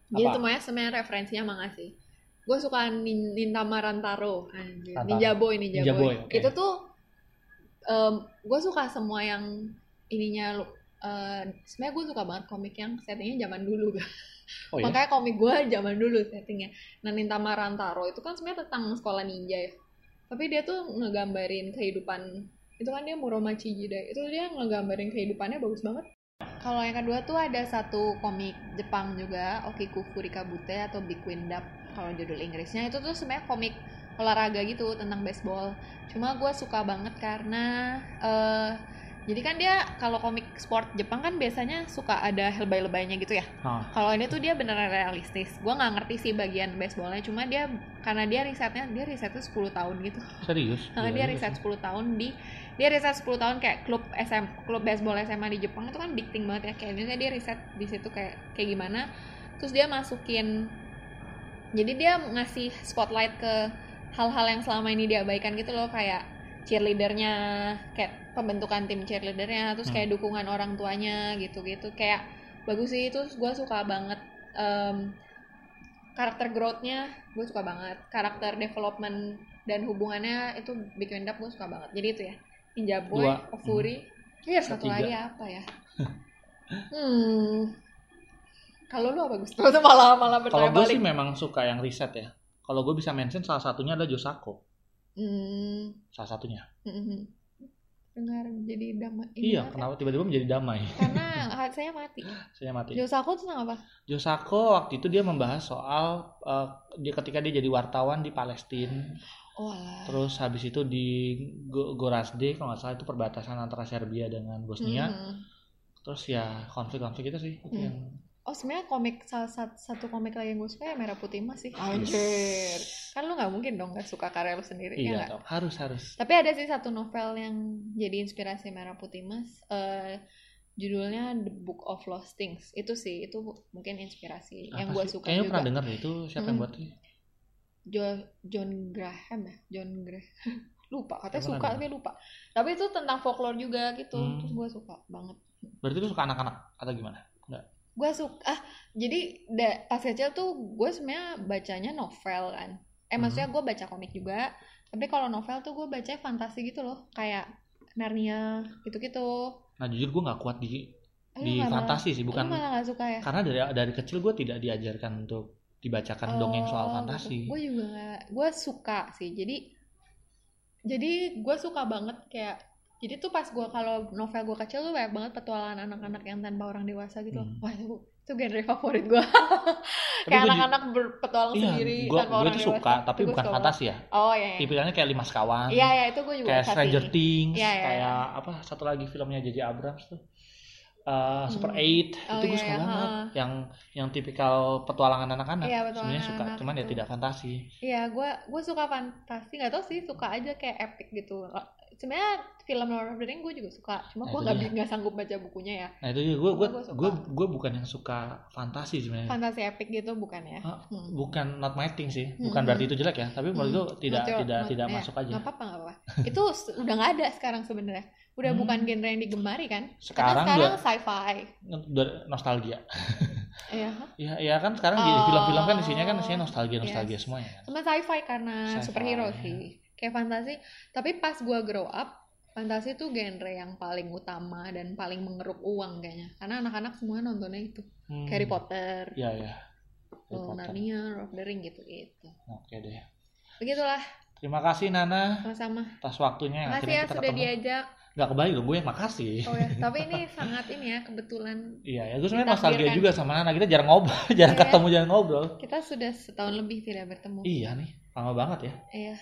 Jadi semuanya sebenarnya referensinya manga sih. Gue suka Nin- Nintama Rantaro, anjir. Ninja Boy, Ninja, Ninja Boy. Boy okay. Itu tuh um, gue suka semua yang ininya. Uh, sebenarnya gue suka banget komik yang settingnya zaman dulu. Oh, makanya ya? Komik gue zaman dulu settingnya. Nah, Nintama Rantaro itu kan sebenarnya tentang sekolah ninja ya. Tapi dia tuh ngegambarin kehidupan. Itu kan dia Muromachi Jidai. Itu dia ngegambarin kehidupannya bagus banget. Kalau yang kedua tuh ada satu komik Jepang juga, Okiku Furikabute atau Big Wind Up kalau judul Inggrisnya. Itu tuh sebenarnya komik olahraga gitu tentang baseball. Cuma gue suka banget karena uh, jadi kan dia kalau komik sport Jepang kan biasanya suka ada lebay-lebaynya gitu ya. Oh. Kalau ini tuh dia beneran realistis. Gue nggak ngerti sih bagian baseballnya. Cuma dia karena dia risetnya dia risetnya sepuluh tahun gitu. Serius? Nah, dia riset sepuluh tahun di dia riset sepuluh tahun kayak klub S M klub baseball S M A di Jepang itu kan big thing banget ya. Kayak misalnya dia riset di situ kayak kayak gimana. Terus dia masukin. Jadi dia ngasih spotlight ke hal-hal yang selama ini diabaikan gitu loh, kayak cheerleadernya, kayak pembentukan tim cheerleadernya, terus kayak dukungan orang tuanya gitu-gitu, kayak bagus sih. Terus gue suka banget um, karakter growth-nya, gue suka banget karakter development dan hubungannya itu Big Wind Up gue suka banget. Jadi itu ya Ninja Boy, Ofuri, iya hmm. satu lagi apa ya? hmm kalau lu apa Gus? Lu tuh malah malah bertanya balik. Kalau gue sih memang suka yang riset ya. Kalau gue bisa mention salah satunya adalah Josako. Hmm. Salah satunya. Mm-hmm. Dengar jadi damai. Iya, kenapa tiba-tiba menjadi damai? Karena saya mati. Saya mati. Josako itu tentang apa? Josako waktu itu dia membahas soal uh, dia ketika dia jadi wartawan di Palestina. Oh, alah. Terus habis itu di Gorazde kalau nggak salah itu perbatasan antara Serbia dengan Bosnia. Hmm. Terus ya konflik-konflik itu sih itu hmm. yang. Oh, sebenarnya komik salah satu, satu komik lagi yang gue suka ya Merah Putih Emas sih. Anjir. Kan lu nggak mungkin dong nggak suka karya lu sendiri. Iya, ya dong. harus harus. Tapi ada sih satu novel yang jadi inspirasi Merah Putih Emas. Uh, judulnya The Book of Lost Things. Itu sih itu mungkin inspirasi apa yang gue suka. Kayaknya juga. Pernah dengar itu siapa hmm. yang buat sih? Jo- John Graham ya, John Graham. Lupa, katanya suka tapi lupa. Tapi itu tentang folklore juga gitu. Hmm. Terus gue suka banget. Berarti lu suka anak-anak atau gimana? Enggak. Gue suka ah jadi da, pas kecil tuh gue sebenarnya bacanya novel kan eh hmm. maksudnya gue baca komik juga, tapi kalau novel tuh gue baca fantasi gitu loh, kayak Narnia gitu-gitu. Nah jujur gue nggak kuat di eh, di malah, fantasi sih, bukan malah gak suka ya? Karena dari dari kecil gue tidak diajarkan untuk dibacakan oh, dongeng soal fantasi. Gue juga gak, gue suka sih, jadi jadi gue suka banget kayak. Jadi tuh pas gue kalau novel gue kecil tuh banyak banget petualangan anak-anak yang tanpa orang dewasa gitu. Hmm. Wah itu, itu genre favorit gue. Kayak anak-anak berpetualang iya, sendiri gua, tanpa gua orang dewasa. Gue itu suka, tapi bukan suka fantasi ya. Oh iya. iya. Tipikalnya kayak Lima Sekawan. Iya iya itu gue juga kayak suka. Stranger Things. Iya, iya, kayak iya. apa satu lagi filmnya J J Abrams tuh. Uh, Super hmm. eight oh, itu gue iya, suka iya, banget uh. yang yang tipikal petualangan anak-anak iya, sebenarnya suka anak cuman itu. Ya tidak fantasi. Iya gue gue suka fantasi, nggak tau sih, suka aja kayak epic gitu. Sebenarnya film Lord of the Rings gue juga suka, cuma nah, gue nggak nggak sanggup baca bukunya ya. Nah itu juga gue gue gue gue bukan yang suka fantasi sebenarnya. Fantasi epic gitu bukan ya? Uh, hmm. Bukan not my thing sih, bukan hmm. berarti itu jelek ya, tapi menurut gue hmm. tidak Mature, tidak not, tidak ya. masuk aja. Nggak apa-apa nggak apa. Itu udah nggak ada sekarang sebenarnya. Udah hmm. bukan genre yang digemari kan? Sekarang, sekarang sci-fi. Nostalgia. Iya. Iya, ya kan sekarang oh. film-film kan isinya kan isinya nostalgia nostalgia yes. semuanya. Kan? Sama sci-fi karena sci-fi, superhero ya. Sih. Kayak fantasi. Tapi pas gue grow up, fantasi tuh genre yang paling utama dan paling mengeruk uang kayaknya. Karena anak-anak semua nontonnya itu. Hmm. Harry Potter. Iya ya. Oh, Narnia, Lord of the Rings gitu-gitu. Oke deh. Begitulah. Terima kasih Nana. Sama-sama. Atas waktunya. Makasih ya sudah ketemu. Diajak. Gak kebayang gue yang makasih. Oh ya, tapi ini sangat ini ya kebetulan. Iya ya, gue sebenarnya nostalgia juga sama Nana. Kita jarang ngobrol, jarang iya, ketemu, jarang ngobrol. Kita sudah setahun lebih tidak bertemu. Iya nih, lama banget ya. Iya.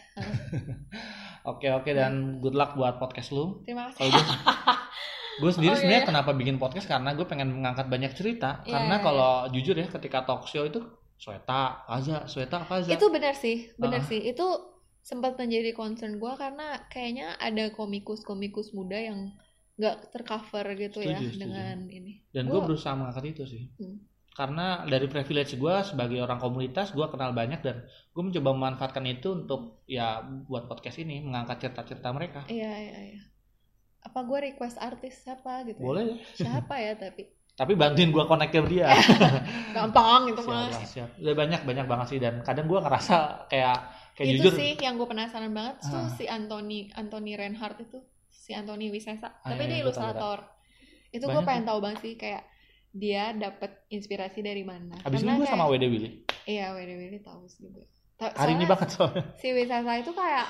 Oke oke dan good luck buat podcast lu. Terima kasih. Kalau gue, gue sendiri oh, sebenarnya iya. kenapa bikin podcast karena gue pengen mengangkat banyak cerita. Iya, karena iya, kalau iya. jujur ya, ketika talk show itu Sweta, Faza, Sweta, Faza. Itu benar sih, benar uh. sih. Itu sempat menjadi concern gue karena kayaknya ada komikus-komikus muda yang nggak tercover gitu setuju, ya setuju. Dengan ini. Dan gue berusaha mengangkat itu sih. Hmm. Karena dari privilege gue sebagai orang komunitas, gue kenal banyak dan gue mencoba memanfaatkan itu untuk ya buat podcast ini, mengangkat cerita-cerita mereka. Iya iya iya. Apa gue request artis siapa gitu? Boleh. Ya? Siapa ya tapi? Tapi bantuin gue connect ke dia. Gampang itu siap mas. Lah, siap. Udah banyak banyak banget sih dan kadang gue ngerasa kayak kayak itu jujur. Itu sih yang gue penasaran banget uh. tuh si Anthony Anthony Reinhardt itu si Anthony Wisesa. Ah, tapi iya, dia ilustrator. Itu gue pengen tahu banget sih kayak dia dapat inspirasi dari mana. Habis ini gue sama W D Willy. Iya W D Willy tahu sih gue. Hari ini banget soalnya. Si Wisesa itu kayak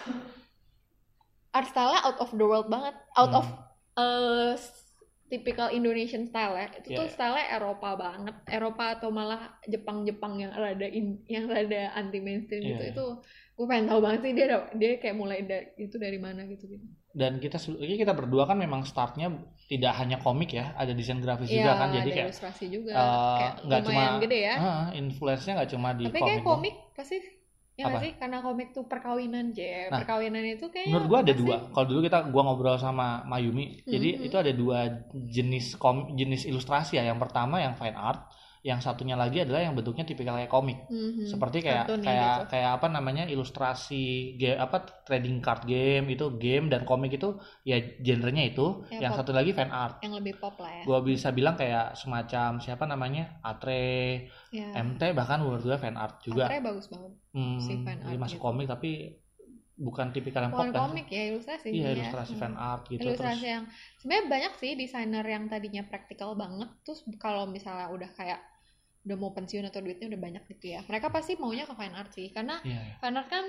art style-nya out of the world banget, out hmm. of uh, typical Indonesian style ya. Itu yeah, tuh style-nya Eropa banget, Eropa atau malah Jepang-Jepang yang rada in, yang rada anti mainstream yeah, gitu. Yeah. Itu gue pengen tahu banget sih dia dia kayak mulai dari itu dari mana gitu gitu. Dan kita kita berdua kan memang startnya tidak hanya komik ya, ada desain grafis yeah, juga kan, jadi kayak ilustrasi juga, uh, kayak nggak cuma gede ya. Uh, influence-nya nggak cuma di tapi komik. Tapi kayak komik pasti ya nggak sih, karena komik tuh perkawinan je, nah, perkawinan itu kayak menurut gua ada dua. Kalau dulu kita gua ngobrol sama Mayumi, mm-hmm. jadi itu ada dua jenis kom, jenis ilustrasi ya. Yang pertama yang fine art, yang satunya lagi adalah yang bentuknya tipikal kayak komik, mm-hmm. seperti kayak Kartun kayak gitu. kayak apa namanya ilustrasi game, apa trading card game itu game, dan komik itu ya genrenya itu. Ya, yang pop. Satu lagi fan art yang lebih pop lah ya. Gua bisa bilang kayak semacam siapa namanya Atre, ya. M T bahkan menurut gue fan art juga. Atre bagus banget. Hmm, si fan art. Dia masuk gitu. komik tapi bukan tipikal yang bukan pop kan. komik ya ilustrasi. Iya ilustrasi ya. Fan art gitu. Ilustrasi terus. Yang sebenarnya banyak sih desainer yang tadinya praktikal banget, terus kalau misalnya udah kayak udah mau pensiun atau duitnya udah banyak gitu ya, mereka pasti maunya ke fine art sih, karena yeah, yeah. fine art kan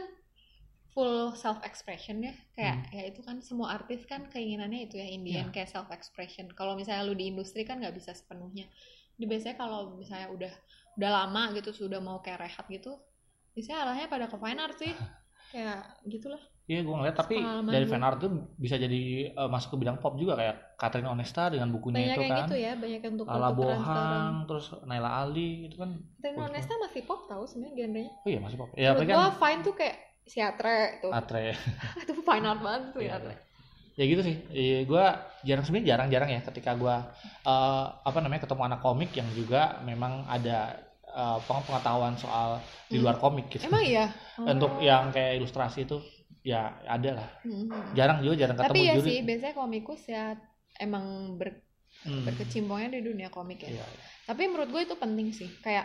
full self expression ya, kayak hmm. ya itu kan semua artis kan keinginannya itu ya, Indian yeah. kayak self expression. Kalau misalnya lu di industri kan nggak bisa sepenuhnya. Jadi biasanya kalau misalnya udah udah lama gitu, sudah mau kayak rehat gitu, biasanya arahnya pada ke fine art sih, kayak gitulah. Iya, gue ngeliat, tapi dari fan art tuh bisa jadi uh, masuk ke bidang pop juga, kayak Catherine Onesta dengan bukunya banyak itu kan. Gitu ya, banyak yang untuk Lala Bohang, terus Naila Ali itu kan. Catherine Onesta masih pop tahu sebenarnya genrenya. Oh iya masih pop. Ya, menurut gue kan, fine tuh kayak si Atre tuh. Atre. Itu fine art banget tuh ya Atre. Ya gitu sih. Ya, gue jarang sebenarnya jarang-jarang ya ketika gue uh, apa namanya ketemu anak komik yang juga memang ada uh, pengetahuan soal hmm. di luar komik gitu. Emang iya. Oh. Untuk yang kayak ilustrasi itu ya ada lah, hmm. jarang juga jarang ketemu. Tapi ya juri. Sih biasanya komikus ya emang ber, hmm. berkecimpungnya di dunia komik ya. Iya, iya. Tapi menurut gue itu penting sih, kayak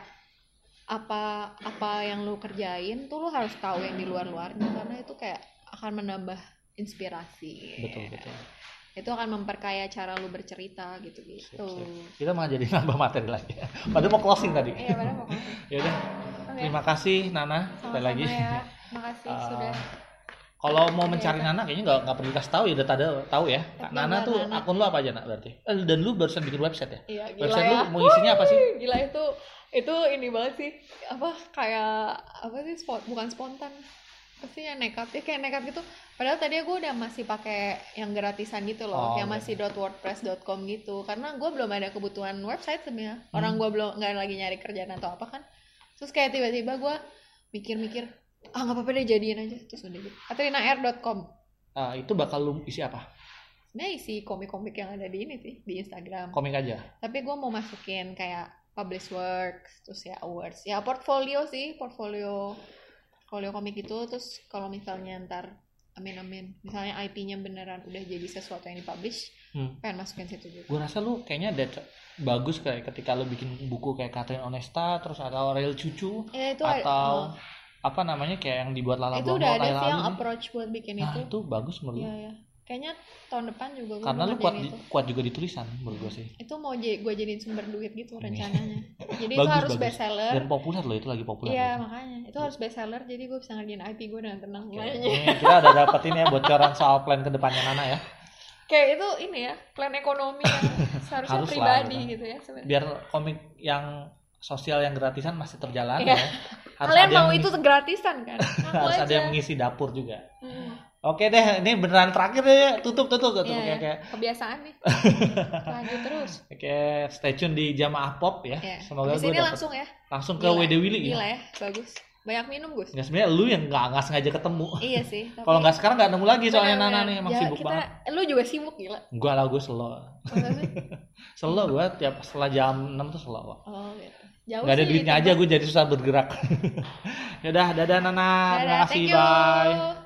apa apa yang lu kerjain tuh lu harus tahu yang di luar-luarnya, karena itu kayak akan menambah inspirasi. Betul betul. Itu akan memperkaya cara lu bercerita gitu-gitu. Siap, siap. Kita malah jadi nambah materi lagi. Padahal mau closing tadi. Iya, padahal mau closing. Ya udah. Okay. Terima kasih Nana sekali lagi. Ya. Makasih uh, sudah. Kalau mau mencari ya, Nana kayaknya nggak nggak perlu dikasih tahu ya, udah ada tahu ya. Nana tuh Nana. Akun lu apa aja Nak berarti? Eh, dan lu barusan bikin website ya? Iya, gila website ya. Lu mau isinya apa sih? Gila itu itu ini banget sih. Apa kayak apa sih spot bukan spontan. Pasti yang nekat ya, kayak nekat gitu. Padahal tadi gue udah masih pakai yang gratisan gitu loh, oh, yang masih .wordpress dot com gitu. Karena gue belum ada kebutuhan website sebenarnya. Orang hmm. gue belum nggak lagi nyari kerjaan atau apa kan. Terus kayak tiba-tiba gue mikir-mikir, ah nggak apa-apa deh jadiin aja, terus udah gitu. katrina air dot com. Ah itu bakal lu isi apa? Sebenarnya isi komik-komik yang ada di ini sih, di Instagram. Komik aja. Tapi gue mau masukin kayak publish works, terus ya awards, ya portfolio sih, portfolio portfolio komik itu. Terus kalau misalnya ntar amin amin, misalnya I P-nya beneran udah jadi sesuatu yang dipublish, hmm. pengen masukin situ juga. Gue rasa lu kayaknya ada bagus kayak ketika lu bikin buku kayak Catherine Onesta, terus atau Real Cucu, ya, itu atau ada, oh. apa namanya kayak yang dibuat Lala itu Bohong. Itu udah ada sih yang approach buat bikin nah, itu. Itu bagus menurut gue. Iya, iya. Kayaknya tahun depan juga gue karena lu kuat, di, kuat juga di tulisan menurut gue sih. Itu mau j- gue jadiin sumber duit gitu rencananya. Jadi bagus, itu harus best seller. Dan populer loh, itu lagi populer. Iya loh. Makanya itu harus best seller, jadi gue bisa ngerjain I P gue dengan tenang. Okay. Ini kita udah dapetin ya bocoran soal plan kedepannya Nana ya. Kayak itu ini ya, plan ekonomi yang seharusnya harus pribadi lah, gitu ya sebenarnya. Biar komik yang sosial yang gratisan masih terjalan iya. ya. Harus kalian mau itu gratisan kan? Harus aja. Ada yang mengisi dapur juga. Hmm. Oke deh, ini beneran terakhir deh, tutup tutup tutup yeah, kayak kayak kebiasaan nih. Lanjut terus. Oke, stay tune di Jamaah Pop ya. Yeah. Semoga gue dapet langsung ya. Langsung ke W D Willy ya. Gila ya, bagus. Banyak minum Gus. Nggak, sebenarnya lu yang nggak nggak sengaja ketemu. Iya sih. Tapi... Kalau nggak sekarang nggak nemu lagi soalnya Nana nih emang ya, sibuk kita, banget. Lu juga sibuk gila. Gua lah gue slow. Slow gue tiap setelah jam enam tuh slow. Oh gitu. Jauh gak ada duitnya aja gue jadi susah bergerak. Yaudah, dadah Nana. Dadah, terima kasih, bye.